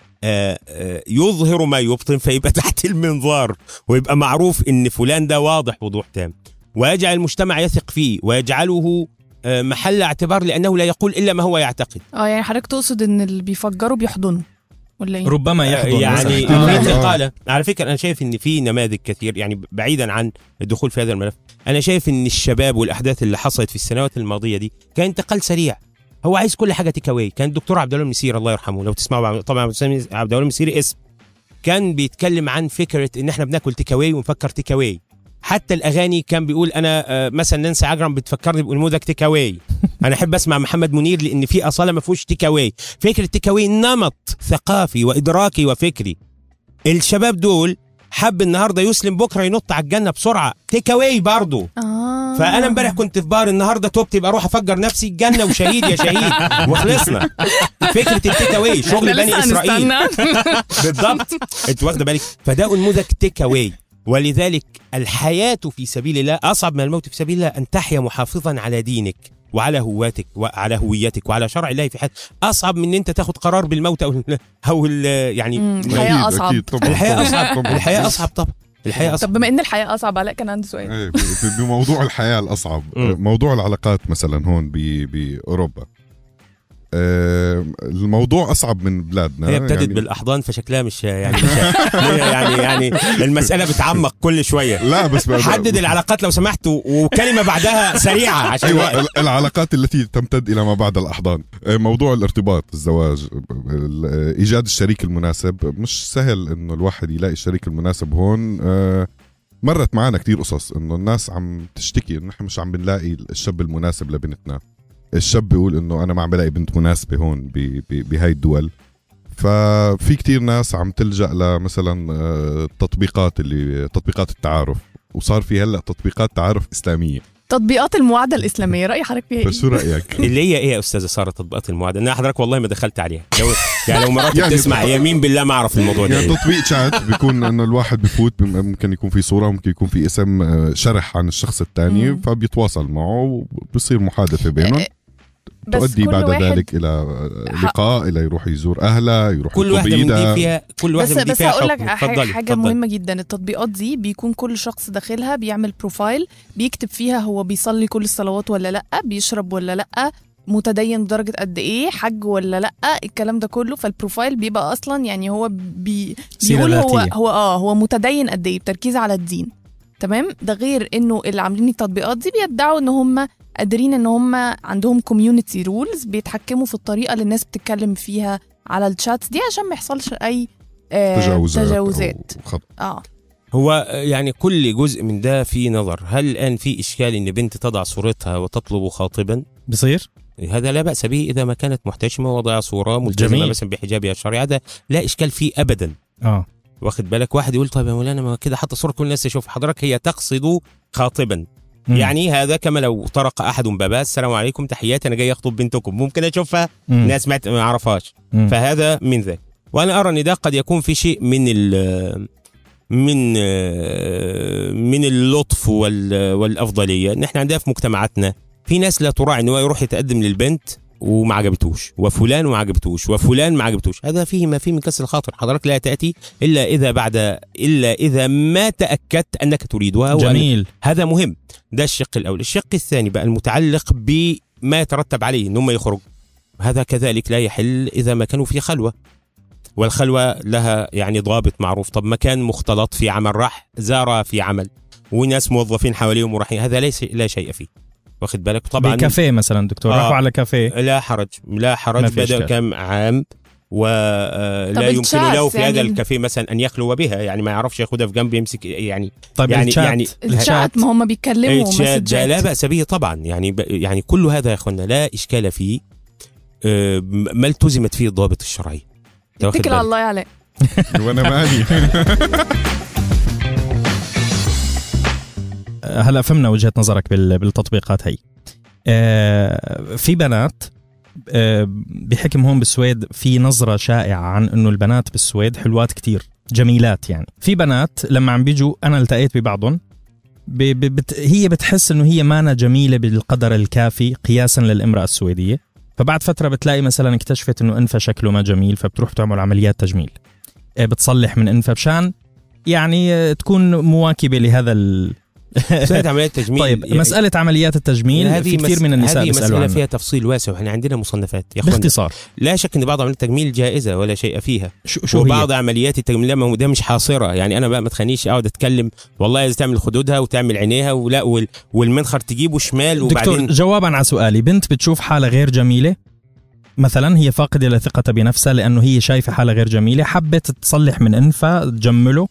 يظهر ما يبطن، فيبقى تحت المنظار ويبقى معروف إن فلان ده واضح وضوح تام، ويجعل المجتمع يثق فيه ويجعله محل اعتبار لأنه لا يقول إلا ما هو يعتقد. يعني حضرتك تقصد إن اللي بيفجروا بيحضنوا ولا إيه؟ ربما يحضن يعني في انتقالة. على فكرة أنا شايف إن في نماذج كثير، يعني بعيدا عن الدخول في هذا الملف، أنا شايف إن الشباب والأحداث اللي حصلت في السنوات الماضية دي كان انتقال سريع، هو عايز كل حاجة تيك أواي. كان الدكتور عبد الله المسيري الله يرحمه، لو تسمعوا طبعا عبد الله المسيري اسم كان بيتكلم عن فكرة ان احنا بناكل تيكاوي ونفكر تيكاوي. حتى الاغاني كان بيقول انا مثلا نانسي عجرم بتفكرني بانموذج تيكاوي. انا احب اسمع محمد منير لان في اصاله ما فيهوش تيكاوي. فكره تيكاوي نمط ثقافي وادراكي وفكري. الشباب دول حب النهارده يسلم بكره ينط على الجنه بسرعه، تيكاوي برضه. فانا امبارح كنت في بار، النهارده توبت يبقى اروح افجر نفسي الجنه وشهيد يا شهيد وخلصنا. فكره التيكاوي شغل بني اسرائيل بالضبط. انت واخده بالك؟ فده نموذج تيكاوي. ولذلك الحياة في سبيل الله أصعب من الموت في سبيل الله. أن تحيا محافظا على دينك وعلى هواتك وعلى هويتك وعلى شرع الله في حياتك أصعب من أن أنت تاخد قرار بالموت أو يعني الحياة أصعب. الحياة أصعب. الحياة أصعب طبعا. الحياة أصعب. طب بما إن الحياة أصعب، علاء كان عندي سؤال بموضوع الحياة الأصعب. موضوع العلاقات مثلا هون بأوروبا، الموضوع أصعب من بلادنا. هي ابتدت يعني بالأحضان فشكلها مش يعني المسألة بتعمق كل شوية. لا بس حدد العلاقات لو سمحت وكلمة بعدها سريعة عشان أيوة العلاقات التي تمتد إلى ما بعد الأحضان. موضوع الارتباط، الزواج، إيجاد الشريك المناسب مش سهل إنه الواحد يلاقي الشريك المناسب هون. مرت معنا كتير قصص إنه الناس عم تشتكي إنه إحنا مش عم بنلاقي الشاب المناسب لبنتنا. الشاب بيقول انه انا ما عم بلاقي بنت مناسبه هون بهاي الدول. ففي كتير ناس عم تلجأ لمثلا تطبيقات التعارف، وصار في هلا تطبيقات تعارف اسلاميه، تطبيقات المواعده الاسلاميه. راي حضرتك فيها ايه؟ شو رايك؟ اللي هي ايه يا استاذه ساره تطبيقات المواعده؟ انا حضرتك والله ما دخلت عليها. لو مراتي يعني بتسمع يمين بالله ما اعرف الموضوع ده. يعني تطبيق شات بيكون انه الواحد بفوت، ممكن يكون في صوره، ممكن يكون في اسم، شرح عن الشخص الثاني، فبيتواصل معه وبصير محادثه بينهم تؤدي بعد ذلك الى لقاء، الى يروح يزور اهله، يروح كل واحده من دي فيها بس هقول لك حاجه مهمه جدا. التطبيقات دي بيكون كل شخص داخلها بيعمل بروفايل بيكتب فيها هو بيصلي كل الصلوات ولا لا، بيشرب ولا لا، متدين بدرجه قد ايه، حج ولا لا، الكلام ده كله. فالبروفايل بيبقى اصلا يعني هو بيقول هو متدين قد ايه، بتركيز على الدين. تمام. ده غير انه اللي عاملين التطبيقات دي بيدعوا ان هم قادرين ان هم عندهم كوميونتي رولز بيتحكموا في الطريقه اللي الناس بتتكلم فيها على الشات دي عشان ما يحصلش اي تجاوزات. هو يعني كل جزء من ده في نظر. هل الان في اشكال ان بنت تضع صورتها وتطلب خاطبا؟ بصير هذا لا بأس به إذا ما كانت محتشمة وضع صورة ملتزمة مثلا بحجابها الشرعي، هذا لا إشكال فيه أبدا. واخد بالك؟ واحد يقول طيب يا مولانا ما كده حتى صورة كل الناس تشوف. حضرتك هي تقصد خاطبا. يعني هذا كما لو طرق أحد بابات السلام عليكم تحياتي أنا جاي أخطب بنتكم، ممكن أشوفها ناس ما أعرفهاش. فهذا من ذلك. وأنا أرى أن ده قد يكون في شيء من اللطف والأفضلية. نحن عندنا في مجتمعاتنا في ناس لا تراعي أنه يروح يتقدم للبنت وما عجبتوش، وفلان وما عجبتوش، وفلان ما عجبتوش. هذا فيه ما فيه من كسر الخاطر. حضرتك لا تأتي إلا إذا ما تأكدت أنك تريدها. جميل. هذا مهم. ده الشق الأول. الشق الثاني بقى المتعلق بما يترتب عليه إنهم يخرج. هذا كذلك لا يحل إذا ما كانوا في خلوة، والخلوة لها يعني ضابط معروف. طب مكان مختلط في عمل، راح زار في عمل وناس موظفين حواليهم وراحين، هذا لا شيء فيه. واخد بالك؟ طبعا بكافيه مثلا دكتور راحوا على كافيه، لا حرج بدأ كم عام ولا يمكن له في هذا الكافيه مثلا أن يخلو بها، يعني ما يعرفش ياخدها في جنب يمسك يعني. طيب يعني الشات ما هم بيتكلموا مسجات لا بأس به طبعا. يعني كل هذا يا اخوانا لا إشكال فيه ما التزمت فيه الضابط الشرعي. اتكل على الله يا علاء. وانا مالي. هلا فهمنا وجهة نظرك بالتطبيقات هي. في بنات بحكم هون بالسويد في نظرة شائعة عن انه البنات بالسويد حلوات كتير، جميلات. يعني في بنات لما عم بيجوا انا التقيت ببعضهم هي بتحس انه هي مانا جميلة بالقدر الكافي قياسا للامرأة السويدية، فبعد فترة بتلاقي مثلا اكتشفت انه انفها شكله ما جميل، فبتروح تعمل عمليات تجميل، بتصلح من انفها مشان يعني تكون مواكبة لهذا مسألة عمليات التجميل. طيب يعني مسألة عمليات التجميل في كثير من النساء بيسألوا عنها. هذه مسألة فيها تفصيل واسع، وإحنا عندنا مصنفات يا أخوان. باختصار لا شك إن بعض عمليات التجميل جائزة ولا شيء فيها، وبعض عمليات التجميل ده مش حاصرة. يعني أنا بقى ما تخلينيش أقعد أتكلم والله إذا تعمل خدودها وتعمل عينيها ولا والمنخر تجيبه شمال. دكتور وبعدين جوابا على سؤالي، بنت بتشوف حالة غير جميلة مثلا هي فاقدة لثقة بنفسها لأنه هي شايفة حالة غير جميلة، حبت تصلح من أنفها، تجمله،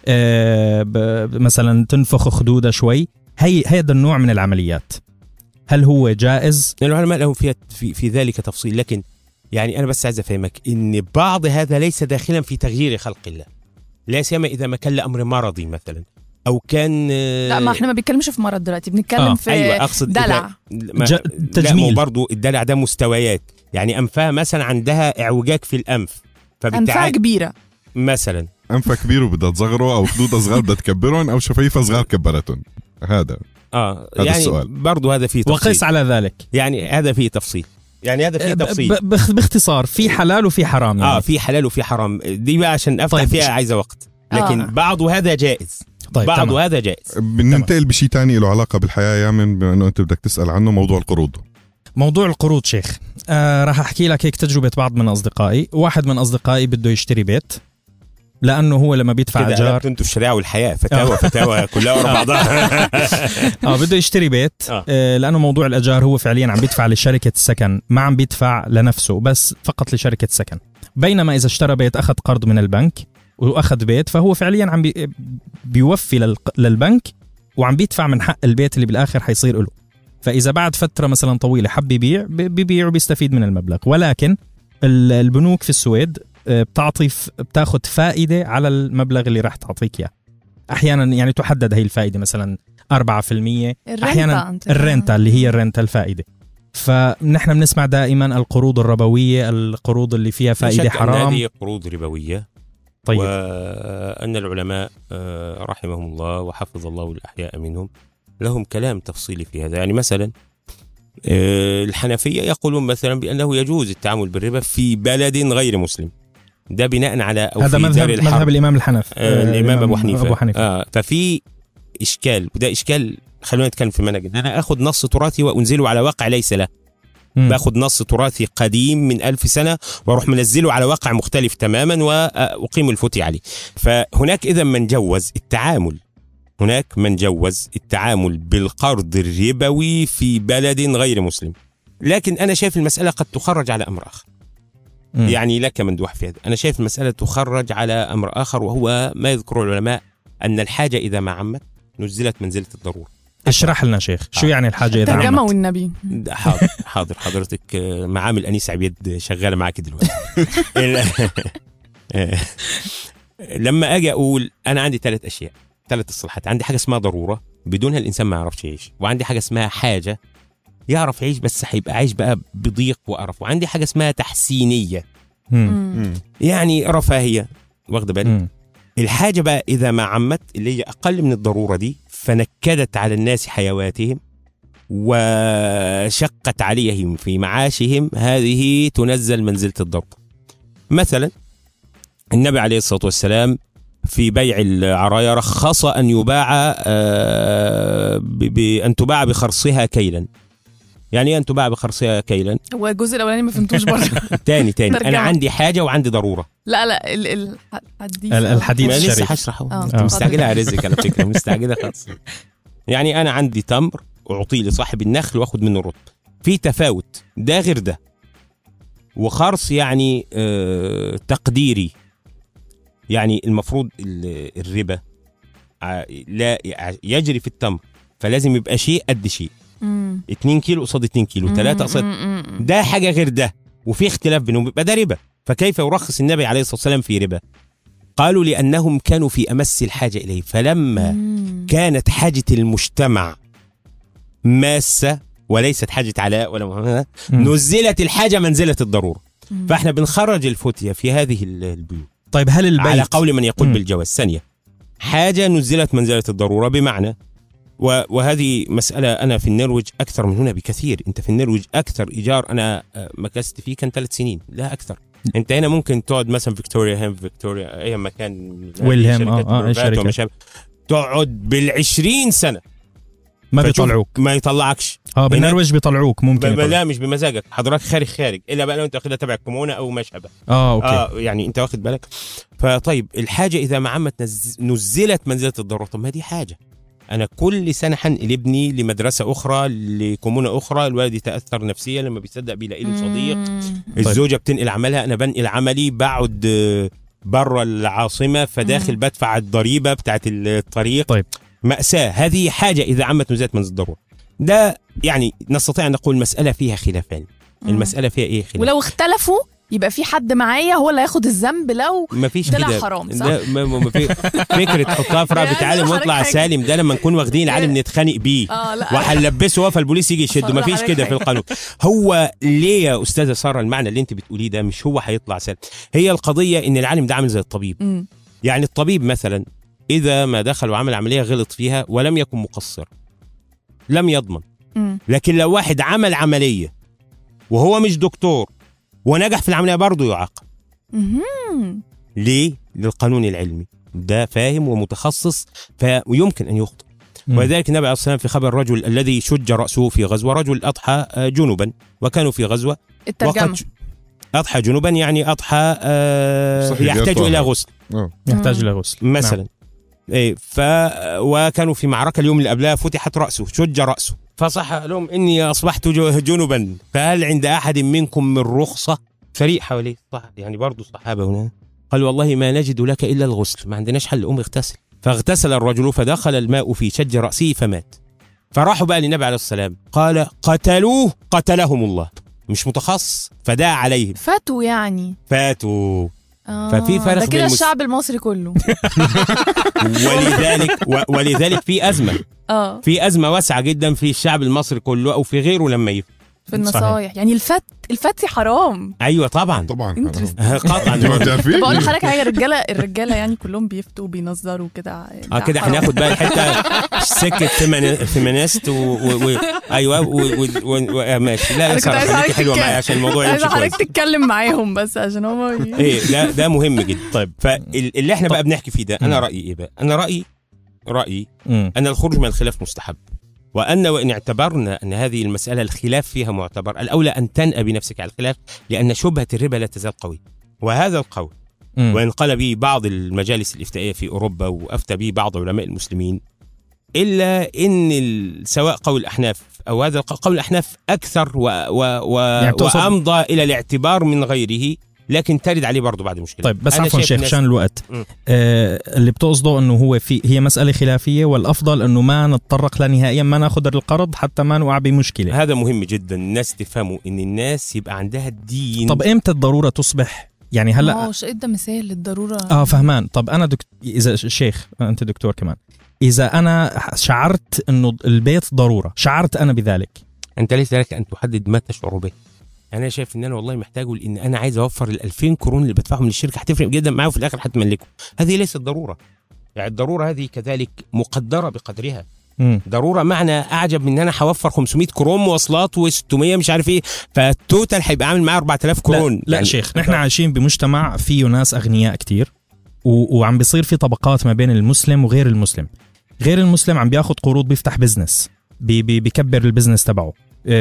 مثلا تنفخ خدودها شوي. هذا النوع من العمليات هل هو جائز؟ العلماء لهم في ذلك تفصيل، لكن يعني أنا بس عايز أفهمك إن بعض هذا ليس داخلا في تغيير خلق الله، لا سيما إذا ما كان لأمر مرضي مثلا أو كان لا، ما احنا ما بنتكلمش في مرض دلوقتي، بنتكلم في أيوة أقصد دلع تجميل. برضو الدلع ده مستويات، يعني أنفها مثلا عندها إعوجاج في الأنف، أنفها كبيرة مثلا، أنفها كبير وبدها تصغره، أو خدودها صغار بدها تكبرهم، أو شفايفها صغار كبرتهم. هذا هذا يعني السؤال برضو، هذا فيه تفصيل. وقس على ذلك، يعني هذا فيه تفصيل، يعني هذا فيه تفصيل. باختصار في حلال وفي حرام يعني. في حلال وفي حرام، دي بقى عشان أفتح طيب فيها عايزة وقت، لكن بعض هذا جائز. طيب بعض تمام. هذا جائز. بننتقل بشيء تاني له علاقة بالحياة، يامن، بما أنه أنت بدك تسأل عنه، موضوع القروض. موضوع القروض شيخ، راح أحكي لك هيك تجربة بعض من أصدقائي. واحد من أصدقائي بده يشتري بيت، لأنه هو لما بيدفع إيجار، كده أنتوا الشريعة والحياة فتاوى كلها ورا بعضها. بده يشتري بيت، لأنه موضوع الإيجار هو فعليا عم بيدفع لشركة السكن، ما عم بيدفع لنفسه بس فقط لشركة السكن. بينما إذا اشترى بيت أخذ قرض من البنك وأخذ بيت، فهو فعليا عم بيوفي للبنك وعم بيدفع من حق البيت اللي بالآخر حيصير له. فإذا بعد فترة مثلا طويلة حب بيبيع وبيستفيد من المبلغ. ولكن البنوك في السويد بتاخذ فائدة على المبلغ اللي راح تعطيك إياه. أحيانا يعني تحدد هاي الفائدة مثلا 4%، أحيانا الرنتا اللي هي الرنتا الفائدة. فنحن بنسمع دائما القروض الربوية، القروض اللي فيها فائدة حرام. هذه قروض ربوية. طيب. وأن العلماء رحمهم الله وحفظ الله الأحياء منهم لهم كلام تفصيلي في هذا. يعني مثلا الحنفية يقولون مثلا بأنه يجوز التعامل بالربا في بلد غير مسلم، ده بناء على هذا مذهب الإمام الحنف، الإمام أبو حنيفة. ففي إشكال، وده إشكال خلونا نتكلم في منهج، إن أنا أخذ نص تراثي وأنزله على واقع ليس له. باخذ نص تراثي قديم من 1000 سنة واروح منزله على واقع مختلف تماما وأقيم الفتي عليه. فهناك إذا من جوز التعامل بالقرض الربوي في بلد غير مسلم. لكن أنا شايف المسألة قد تخرج على أمر آخر. يعني لك مندوح في هذا. أنا شايف المسألة تخرج على أمر آخر، وهو ما يذكره العلماء أن الحاجة إذا ما عمت نزلت منزلة الضرورة. اشرح لنا شيخ شو يعني الحاجة إذا عمت؟ ترجمة والنبي. حاضر حضرتك، معامل أنيس عبيد شغالة معك دلوقتي. لما أجي أقول أنا عندي 3 أشياء، 3 إصلاحات. عندي حاجة اسمها ضرورة بدونها الإنسان ما يعرفش يعيش، وعندي حاجة اسمها حاجة يعرف يعيش بس هيبقى عايش بقى بضيق وقرف، وعندي حاجة اسمها تحسينية يعني رفاهية، واخد بالك. الحاجة بقى إذا ما عمت اللي هي أقل من الضرورة دي فنكدت على الناس حيواتهم وشقت عليهم في معاشهم، هذه تنزل منزلة الضرورة. مثلا النبي عليه الصلاة والسلام في بيع العرايا رخص أن يباع بأن تباع بخرصها كيلا. يعني أن تباع بخرصها كيلا، هو الجزء الأولاني ما فهمتوش برضه. تاني أنا عندي حاجة وعندي ضرورة. لا الحديث ما الشريف لسه هشرحه. مستعجلة على رزقك على فكرة، مستعجلة خالص. يعني أنا عندي تمر أعطيه لصاحب النخل وأخذ منه الرطب، في تفاوت ده غير ده. وخرص يعني تقديري، يعني المفروض الربا لا يجري في التمر، فلازم يبقى شيء قد شيء. 2 كيلو قصاد 2 كيلو، 3 قصاد ده حاجة غير ده، وفي اختلاف بينهم، يبقى ده ربا. فكيف يرخص النبي عليه الصلاة والسلام في ربا؟ قالوا لأنهم كانوا في أمس الحاجة إليه، فلما كانت حاجة المجتمع ماسة وليست حاجة علاء ولا محمد، نزلت الحاجة منزلة الضرورة. فاحنا بنخرج الفتية في هذه البيوت. طيب هل البيت على قول من يقول بالجواز ثانية حاجة نزلت منزلة الضرورة، بمعنى وهذه مسألة أنا في النرويج أكثر من هنا بكثير. أنت في النرويج أكثر إيجار أنا مكثت فيه كان 3 سنين لا أكثر. أنت هنا ممكن تقعد مثلا فيكتوريا أي مكان ويلهام تقعد بال20 سنة ما بيطلعوك، ما يطلعكش. بالنرويج بيطلعوك ممكن لا مش بمزاجك، حضرتك خارج إلا بقى لو أنت واخدها تبع الكومونة أو ما شابه. أوكي. يعني أنت واخد بالك. فطيب الحاجة إذا ما عمت نزلت منزلة الضرورة. طب ما دي حاجة، أنا كل سنة حنقل ابني لمدرسة أخرى لكومونة أخرى، الوالد يتأثر نفسيا لما بيصدق بيلاقي له صديق. الزوجة بتنقل عملها، أنا بنقل عملي، بقعد برا العاصمة فداخل بدفع الضريبة بتاعت الطريق. طيب مأساة. هذه حاجة إذا عمت وزادت من الضرورة. ده يعني نستطيع أن نقول مسألة فيها خلافان. المسألة فيها إيه خلاف؟ ولو اختلفوا يبقى في حد معايا هو اللي هياخد الذنب لو طلع حرام، صح؟ ما في فكرة حطها في رقبة عالم واطلع سالم. ده لما نكون واخدين العالم نتخانق بيه وهنلبسه فالبوليس يجي يشده. ما فيش كده في القانون. هو ليه يا أستاذة سارة المعنى اللي انت بتقوليه ده مش هو هيطلع سالم؟ هي القضية ان العالم ده عامل زي الطبيب. يعني الطبيب مثلا إذا ما دخل وعمل عملية غلط فيها ولم يكن مقصر لم يضمن. لكن لو واحد عمل عملية وهو مش دكتور ونجح في العملية برضه يعاقب. ليه؟ للقانون العلمي. ده فاهم ومتخصص ويمكن أن يخطئ. ولذلك النبي عليه الصلاة والسلام في خبر الرجل الذي شج رأسه في غزوة، رجل أضحى جنوبا وكانوا في غزوة. الترجمة أضحى جنوبا يعني أضحى يحتاج إلى غسل. يحتاج إلى غسل مثلا. إيه وكانوا في معركة اليوم اللي قبلها فتحت رأسه، شج رأسه، فصح لهم إني أصبحت جنوبا فهل عند أحد منكم من رخصة؟ فريق حواليه صح يعني برضو صحابة هنا قال والله ما نجد لك إلا الغسل، ما عندناش حل، قوم اغتسل. فاغتسل الرجل فدخل الماء في شج رأسه فمات. فراحوا بقى للنبي عليه السلام قال قتلوه قتلهم الله، مش متخصص فداع عليهم فاتوا يعني فاتوا. ففي فرق ده كده الشعب المصري كله. ولذلك في أزمة في أزمة واسعة جدا في الشعب المصري كله أو في غيره لما في النصايح. يعني الفتي حرام. ايوه طبعا قطعا. بقول لحضرتك حاجه، الرجاله يعني كلهم بيفتوا وبينظروا كده. كده هناخد بقى الحته سكه فيمينيست ايوه ماشي. لا خليكي حلوه معايا عشان الموضوع يمشي كويس. حضرتك تتكلم معاهم بس عشان هم ايه ده مهم جدا. طيب فاللي احنا بقى بنحكي فيه ده انا رايي ايه بقى؟ انا رايي ان الخروج من الخلاف مستحب، وإن اعتبرنا أن هذه المسألة الخلاف فيها معتبر، الأولى أن تنأى بنفسك على الخلاف، لأن شبهة الربا لا تزال قوية. وهذا القول وإن قال به بعض المجالس الإفتائية في أوروبا وأفتى به بعض علماء المسلمين، إلا إن سواء قول الأحناف أو هذا قول الأحناف أكثر يعني وأمضى إلى الاعتبار من غيره، لكن ترد عليه برضه بعد مشكلة. طيب بس عفوا شيخ عشان الوقت اللي بتقصده انه هو هي مسألة خلافية، والافضل انه ما نتطرق لها نهائيا، ما ناخذ القرض حتى ما نوقع بمشكلة. هذا مهم جدا الناس تفهموا ان الناس يبقى عندها الدين. طب امتى الضرورة تصبح يعني هلا؟ ده مثال للضرورة. فهمان. طب انا اذا الشيخ انت دكتور كمان، اذا انا شعرت انه البيت ضرورة، شعرت انا بذلك، انت ليس لك ان تحدد ما تشعر به. انا شايف ان انا والله محتاجه لان انا عايز اوفر ال2000 كرون اللي بدفعهم للشركه، هتفرق جدا معايا وفي الاخر هتملكه. هذه ليست ضروره، يعني الضروره هذه كذلك مقدره بقدرها. ضروره معنى اعجب من ان انا هوفر 500 كرون مواصلات و600 مش عارف ايه، فالتوتال هيبقى عامل معايا 4000 كرون. لا يعني شيخ، نحن عايشين بمجتمع فيه ناس اغنياء كتير وعم بيصير في طبقات ما بين المسلم وغير المسلم. غير المسلم عم بياخد قروض، بيفتح بزنس، بيكبر البزنس تبعه،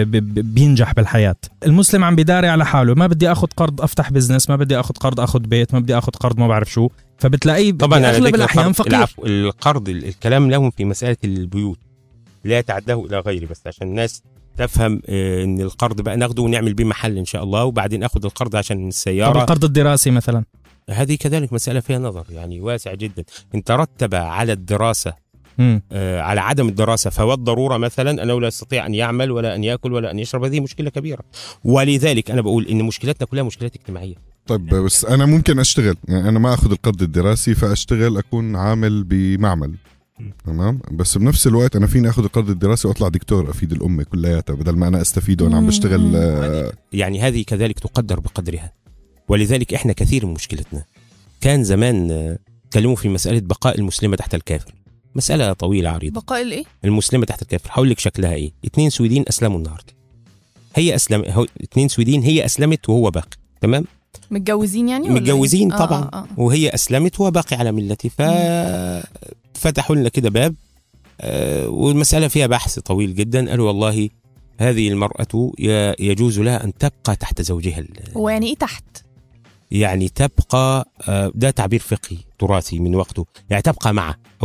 بينجح بالحياة. المسلم عم بيداري على حاله، ما بدي أخذ قرض أفتح بزنس، ما بدي أخذ قرض أخذ بيت، ما بدي أخذ قرض ما بعرف شو، فبتلاقيه طبعا أغلب الأحيان فقير. القرض الكلام لهم في مسألة البيوت لا يتعداه إلى غيره، بس عشان الناس تفهم إن القرض بقى ناخده ونعمل بيه محل إن شاء الله، وبعدين أخذ القرض عشان السيارة. طب القرض الدراسي مثلا، هذه كذلك مسألة فيها نظر يعني واسع جدا. إن ترتب على الدراسة على عدم الدراسة فهو الضرورة، مثلا أنه لا يستطيع أن يعمل ولا أن يأكل ولا أن يشرب، هذه مشكلة كبيرة. ولذلك أنا بقول إن مشكلتنا كلها مشكلات اجتماعية. طيب بس أنا ممكن أشتغل، يعني أنا ما أخذ القرض الدراسي فأشتغل أكون عامل بمعمل، تمام، بس بنفس الوقت أنا فيني أخذ القرض الدراسي وأطلع دكتور أفيد الأمة كلياتها بدل ما أنا أستفيد وأنا عم بشتغل. يعني هذه كذلك تقدر بقدرها. ولذلك إحنا كثير من مشكلتنا كان زمان تكلموا في مسألة بقاء المسلمة تحت الكافر، مسألة طويلة عريضة. بقاء الإيه؟ المسلمة تحت الكافر. هقول لك شكلها إيه. 2 سويدين أسلموا النهاردة، هي 2 سويدين، هي أسلمت وهو باقي، تمام، متجوزين يعني متجوزين طبعا. وهي أسلمت وهو باقي على ملتي، ففتحوا لنا كده باب والمسألة فيها بحث طويل جدا. قالوا والله هذه المرأة يجوز لها أن تبقى تحت زوجها. هو يعني إيه تحت؟ يعني تبقى، ده تعبير فقهي تراثي من وقته، يعني تبقى معه، أوكي،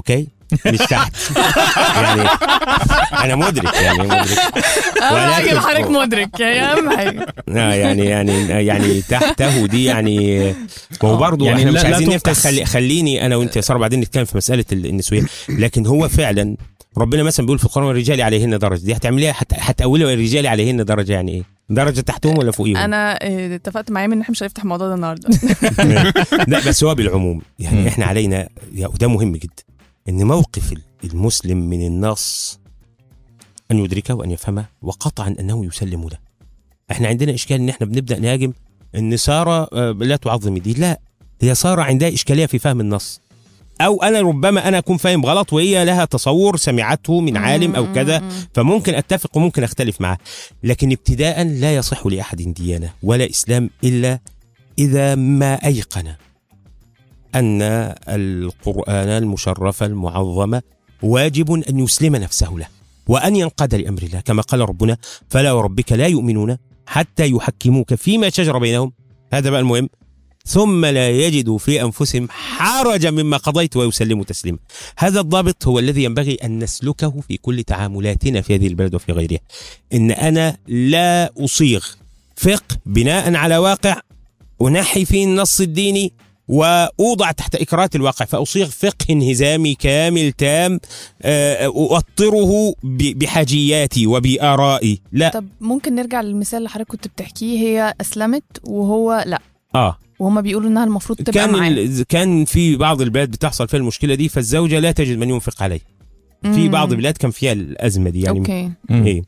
مش تحت. يعني انا مدرك ولكن حضرتك مدرك يا اهم حاجه. يعني تحته دي يعني هو برضه يعني احنا مش عايزين نفتح. خليني انا وانت صار بعدين نتكلم في مساله النسويه. لكن هو فعلا ربنا مثلا بيقول في القرآن والرجال عليهن درجة، دي هتعمليها هتقولي الرجال عليهن درجة يعني ايه؟ درجة تحتهم ولا فوقيهم؟ انا اتفقت معايا ان احنا مش هنفتح الموضوع ده النهارده. لا بس هو بالعموم يعني احنا علينا، وده مهم جدا، ان موقف المسلم من النص ان يدركه وان يفهمه وقطعا انه يسلم له. احنا عندنا اشكال ان احنا بنبدا نهاجم ان ساره لا تعظم الدين. لا، هي ساره عندها اشكاليه في فهم النص، او انا ربما انا اكون فاهم غلط وهي لها تصور سمعته من عالم او كذا، فممكن اتفق وممكن اختلف معه. لكن ابتداء لا يصح لاحد ديانه ولا اسلام الا اذا ما ايقن ان القرآن المشرف المعظم واجب ان يسلم نفسه له وان ينقاد لامر الله، كما قال ربنا: فلا وربك لا يؤمنون حتى يحكموك فيما شجر بينهم. هذا بقى المهم. ثم لا يجدوا في أنفسهم حرجا مما قضيت ويسلموا تسليما. هذا الضابط هو الذي ينبغي أن نسلكه في كل تعاملاتنا في هذه البلد وفي غيرها. إن أنا لا أصيغ فقه بناء على واقع أنحي فيه النص الديني وأوضع تحت إكرات الواقع، فأصيغ فقه انهزامي كامل تام أؤطره بحاجياتي وبآرائي. لا. طب ممكن نرجع للمثال اللي حضرتك كنت بتحكيه، هي أسلمت وهو لا، وهم بيقولوا انها المفروض تبقى معاه. كان في بعض البلاد بتحصل فيها المشكله دي، فالزوجه لا تجد من ينفق عليه. في بعض البلاد كان فيها الازمه دي يعني. اوكي. إيه.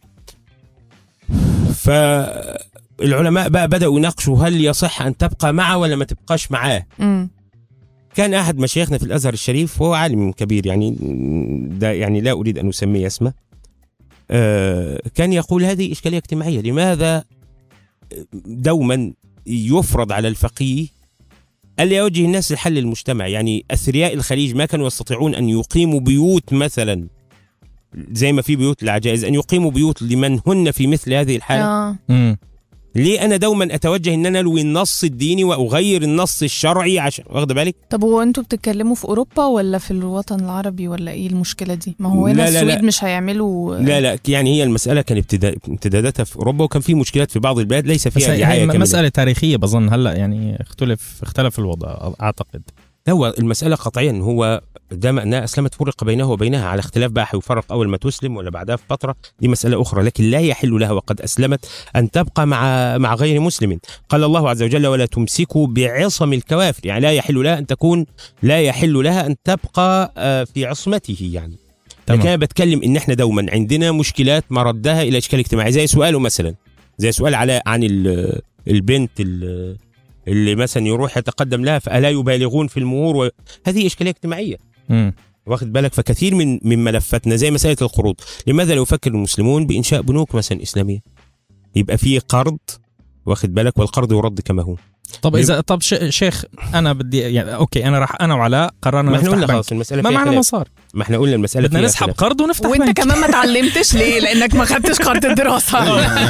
فالعلماء بقى بداوا يناقشوا هل يصح ان تبقى معه ولا ما تبقاش معاه. كان احد مشايخنا في الازهر الشريف، وهو عالم كبير يعني، ده يعني لا اريد ان اسميه اسمه، كان يقول هذه اشكاليه اجتماعيه. لماذا دوما يفرض على الفقيه ألا يوجه الناس لحل المجتمع؟ يعني أثرياء الخليج ما كانوا يستطيعون أن يقيموا بيوت مثلا زي ما في بيوت العجائز، أن يقيموا بيوت لمن هن في مثل هذه الحالة. ليه أنا دوما أتوجه أن أنا ألوي النص الديني وأغير النص الشرعي عشان واخد بالك؟ طب هو أنتوا بتتكلموا في أوروبا ولا في الوطن العربي ولا إيه المشكلة دي؟ ما هو هنا السويد مش هيعملوا. لا يعني هي المسألة كان امتداداتها في أوروبا، وكان في مشكلات في بعض البلاد ليس فيها رعاية كاملة. مسألة تاريخية بظن هلأ يعني اختلف الوضع أعتقد. هو المسألة قطعيا هو دام أنها أسلمت فرق بينه وبينها، على اختلاف بقى هيفرق أول ما تسلم ولا بعدها في فترة، دي مسألة أخرى. لكن لا يحل لها وقد أسلمت أن تبقى مع غير مسلم. قال الله عز وجل: ولا تمسكوا بعصم الكوافر. يعني لا يحل لها أن تبقى في عصمته يعني. لكن أنا بتكلم إن إحنا دوما عندنا مشكلات مردها إلى أشكال اجتماعية، زي سؤاله مثلا، زي سؤال عن البنت اللي مثلا يروح يتقدم لها فألا يبالغون في المهور، هذه إشكالية اجتماعية. واخد بالك؟ فكثير من ملفاتنا زي مسألة القروض، لماذا لا يفكر المسلمون بإنشاء بنوك مثلا إسلامية يبقى فيه قرض، واخد بالك، والقرض يرد كما هو. طب شيخ انا بدي يعني اوكي انا وعلاء قررنا نفتح بنك. خلاص المسألة ما معنا مصار، ما احنا قلنا المسألة بدنا نسحب قرض ونفتح وانت بنك. كمان ما تعلمتش ليه؟ لانك ما خدتش قرض الدراسة.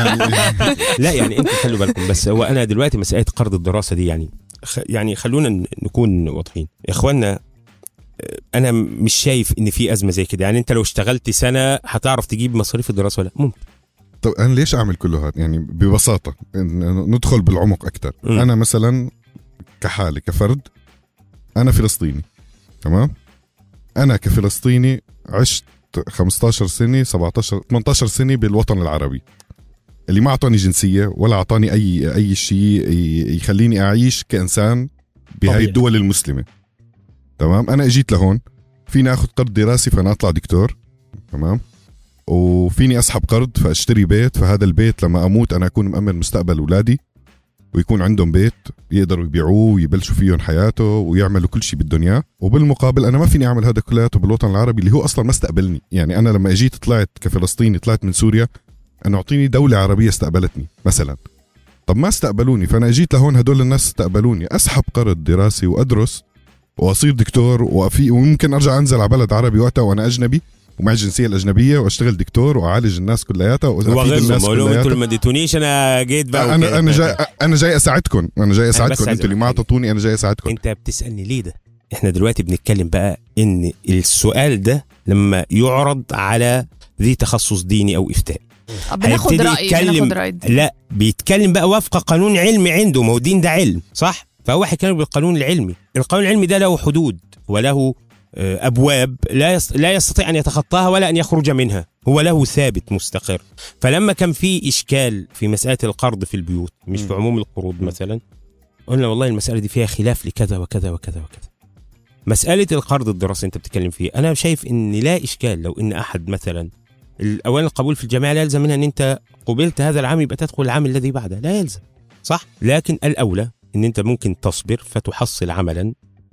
لا يعني انتوا خلوا بالكم بس. هو انا دلوقتي مسألة قرض الدراسة دي يعني خلونا نكون واضحين يا اخوانا. انا مش شايف ان في ازمة زي كده. يعني انت لو اشتغلت سنة هتعرف تجيب مصاريف الدراسة ولا ممكن؟ طب أنا ليش أعمل كل هذا؟ يعني ببساطة ندخل بالعمق أكتر. أنا مثلا كحالي كفرد، أنا فلسطيني، تمام؟ أنا كفلسطيني عشت 15 سنة 18 سنة بالوطن العربي، اللي ما أعطاني جنسية ولا أعطاني أي شيء يخليني أعيش كإنسان بهاي الدول المسلمة، تمام؟ أنا أجيت لهون فيني أخذ قرض دراسي فأنا أطلع دكتور، تمام؟ وفيني أسحب قرض فأشتري بيت، فهذا البيت لما أموت أنا أكون مأمن مستقبل أولادي ويكون عندهم بيت يقدروا يبيعوه ويبلشوا فيهم حياته ويعملوا كل شيء بالدنيا. وبالمقابل أنا ما فيني أعمل هذا كلياته بالوطن العربي اللي هو أصلا ما استقبلني. يعني أنا لما أجيت طلعت كفلسطيني، طلعت من سوريا، أنا أعطيني دولة عربية استقبلتني مثلا، طب ما استقبلوني، فأنا أجيت لهون هدول الناس استقبلوني، أسحب قرض دراسي وأدرس وأصير دكتور وممكن أرجع أنزل على بلد عربي وقتها وأنا أجنبي ومع الجنسية الأجنبية واشتغل دكتور وأعالج الناس كلياتها وأفيد الناس كلياتها. انتوا ما اديتونيش، أنا جيت بقى أنا جاي أساعدكم، أنتوا اللي ما أعطتوني، أنا جاي أساعدكم. انت بتسألني ليه ده؟ احنا دلوقتي بنتكلم بقى ان السؤال ده لما يعرض على ذي تخصص ديني او افتاء بناخد رأي لا بيتكلم بقى وفق قانون علمي عنده، ما هو الدين ده علم صح، فهو هيتكلم بالقانون العلمي. القانون العلمي ده له حدود وله أبواب لا يستطيع أن يتخطاها ولا أن يخرج منها، هو له ثابت مستقر. فلما كان في إشكال في مسألة القرض في البيوت مش في عموم القروض مثلا، قلنا والله المسألة دي فيها خلاف لكذا وكذا وكذا وكذا. مسألة القرض الدراسي أنت بتتكلم فيه، أنا شايف إن لا إشكال لو إن أحد مثلا الأولا القبول في الجامعة لا يلزم منها أن أنت قبلت هذا العام يبقى تدخل العام الذي بعده، لا يلزم صح، لكن الأولى أن أنت ممكن تصبر فتحصل عملا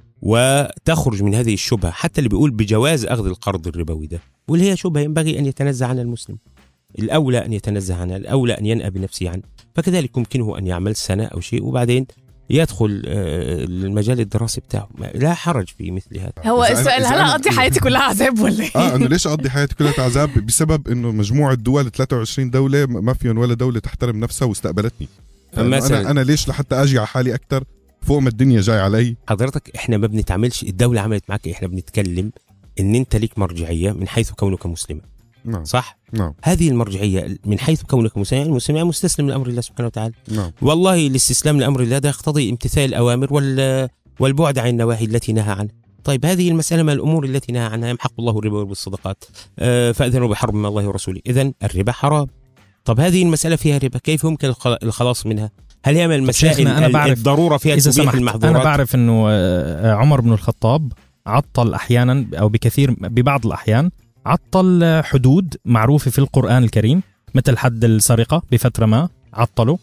وتخرج من هذه الشبهة. حتى اللي بيقول بجواز أخذ القرض الربوي ده واللي هي شبهة ينبغي أن يتنزه عنها المسلم، الأولى أن يتنزه عنها، الأولى أن ينأى بنفسه عنه. فكذلك يمكنه أن يعمل سنة أو شيء وبعدين يدخل المجال الدراسي بتاعه، لا حرج في مثل هذا. هو السؤال هل أقضي حياتي كلها عذاب ولا إيه؟ إنه ليش أقضي حياتي كلها عذاب بسبب إنه مجموعة دول 23 دولة ما فيهم ولا دولة تحترم نفسها واستقبلتني. أنا ليش لحتى أجي على حالي أكتر فوق ما الدنيا جاي علي؟ حضرتك إحنا ما بنتعاملش الدولة عملت معك، إحنا بنتكلم إن أنت ليك مرجعية من حيث كونك مسلما. نعم. صح؟ نعم. هذه المرجعية من حيث كونك مسلم مستسلم لأمر الله سبحانه وتعالى. نعم. والله الاستسلام لأمر الله ده يقتضي امتثال الأوامر والبعد عن النواهي التي نهى عنها. طيب هذه المسألة من الأمور التي نهى عنها، يمحق الله الربا بالصدقات فأذنوا بحرب من الله ورسوله، إذن الربا حرام. طب هذه المسألة فيها ربا، كيف يمكن الخلاص منها؟ هل هي من المسائل الضرورة فيها تبيح المحظورات؟ أنا بعرف أنه عمر بن الخطاب عطل أحيانا أو ببعض الأحيان عطل حدود معروفة في القرآن الكريم، مثل حد السرقة بفترة ما عطله.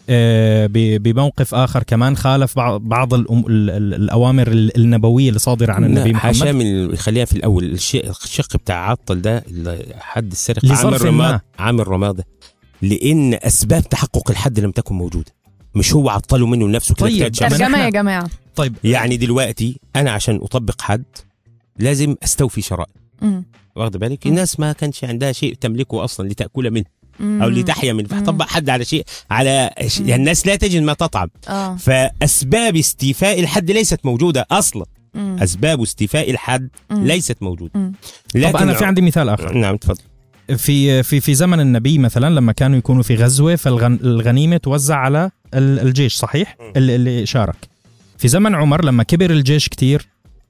بموقف آخر كمان خالف بعض الأوامر النبوية اللي صادرة عن النبي محمد. حاشا خليها في الأول الشق بتاع عطل ده حد السرقة عامل رمادة، لأن أسباب تحقق الحد لم تكن موجودة، مش هو عطله منه نفسه كده. طيب ترجمة يا جماعة. طيب يعني دلوقتي أنا عشان أطبق حد لازم أستوفي شرائط، واخد بالك؟ الناس ما كانش عندها شيء تملكه أصلا لتأكل منه أو لتحيا منه، فطبق حد على شيء يعني الناس لا تجد ما تطعم. فأسباب استيفاء الحد ليست موجودة أصلا. أسباب استيفاء الحد ليست موجودة. طب أنا في عندي مثال آخر. نعم تفضل. في زمن النبي مثلا لما كانوا يكونوا في غزوة فالغنيمة توزع على الجيش، صحيح؟ اللي شارك. في زمن عمر لما كبر الجيش كتير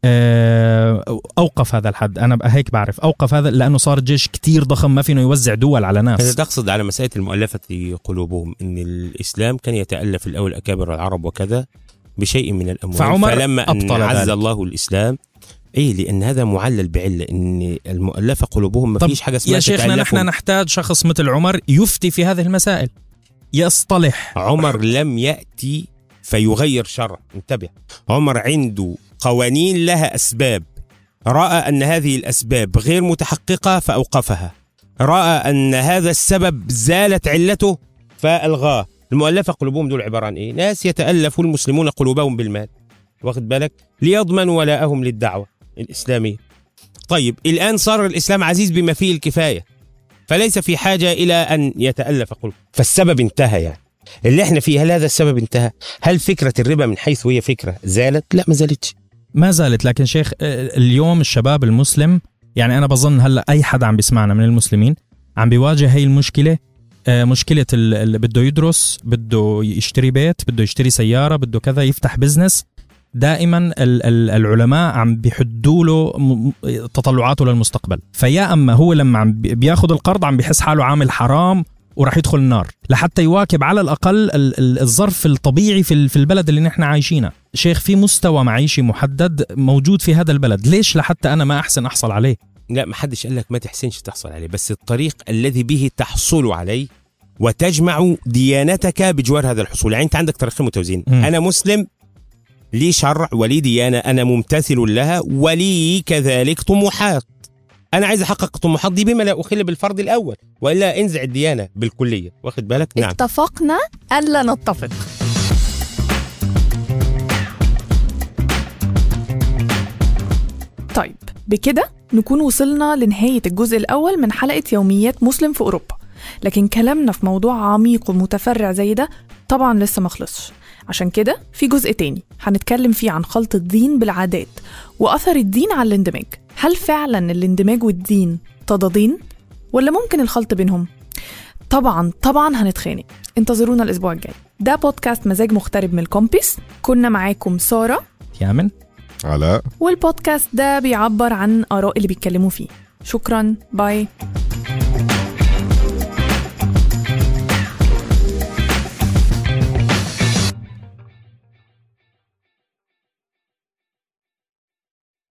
أوقف هذا الحد. أنا هيك بعرف أوقف هذا لأنه صار الجيش كتير ضخم ما فينه يوزع دول على ناس. هذا تقصد على مسألة المؤلفة قلوبهم، إن الإسلام كان يتألف الأول أكابر العرب وكذا بشيء من الأموال، فلما أن عز الله الإسلام لأن هذا معلل بعلة إن المؤلفة قلوبهم ما فيش حاجة اسمها. يا شيخنا نحن نحتاج شخص مثل عمر يفتي في هذه المسائل، يصطلح. عمر لم يأتي فيغير شرع، انتبه، عمر عنده قوانين لها أسباب، رأى أن هذه الأسباب غير متحققة فأوقفها، رأى أن هذا السبب زالت علته فألغاه. المؤلفة قلوبهم دول عبارة عن إيه؟ ناس يتألف المسلمون قلوبهم بالمال، واخد بالك، ليضمنوا ولاءهم للدعوة الإسلامية. طيب الآن صار الإسلام عزيز بما فيه الكفاية، فليس في حاجة إلى أن يتألف قلوب، فالسبب انتهى. يعني اللي احنا فيه، هل هذا السبب انتهى؟ هل فكرة الربا من حيث هي فكرة زالت؟ لا ما زالت. لكن شيخ اليوم الشباب المسلم، يعني أنا بظن هلأ أي حد عم بيسمعنا من المسلمين عم بيواجه هاي المشكلة، مشكلة اللي بده يدرس، بده يشتري بيت، بده يشتري سيارة، بده كذا، يفتح بزنس. دائما العلماء عم بيحدوا له تطلعاته للمستقبل، فيا أما هو لما عم بياخد القرض عم بيحس حاله عامل حرام وراح يدخل النار، لحتى يواكب على الأقل الظرف الطبيعي في البلد اللي نحن عايشينه. شيخ في مستوى معيشي محدد موجود في هذا البلد، ليش لحتى أنا ما أحسن أحصل عليه؟ لا، ما حدش قال لك ما تحسنش تحصل عليه، بس الطريق الذي به تحصل عليه وتجمع ديانتك بجوار هذا الحصول. يعني أنت عندك طريقين متوازيين، أنا مسلم لي شرع ولي ديانة أنا ممتثل لها، ولي كذلك طموحات، أنا عايز أحقق طموحات دي بما لا أخل بالفرض الأول، وإلا انزع الديانة بالكلية، واخد بالك؟ نعم. اتفقنا ألا نتفق. طيب بكده نكون وصلنا لنهاية الجزء الأول من حلقة يوميات مسلم في أوروبا، لكن كلامنا في موضوع عميق ومتفرع زي ده طبعا لسه ما خلصش. عشان كده في جزء تاني هنتكلم فيه عن خلط الدين بالعادات وأثر الدين على الاندماج. هل فعلا الاندماج والدين تضادين ولا ممكن الخلط بينهم؟ طبعا هنتخانق. انتظرونا الأسبوع الجاي. ده بودكاست مزاج مغترب من الكومبيس. كنا معاكم سارة، يامن، علاء، والبودكاست ده بيعبر عن آراء اللي بيتكلموا فيه. شكرا، باي.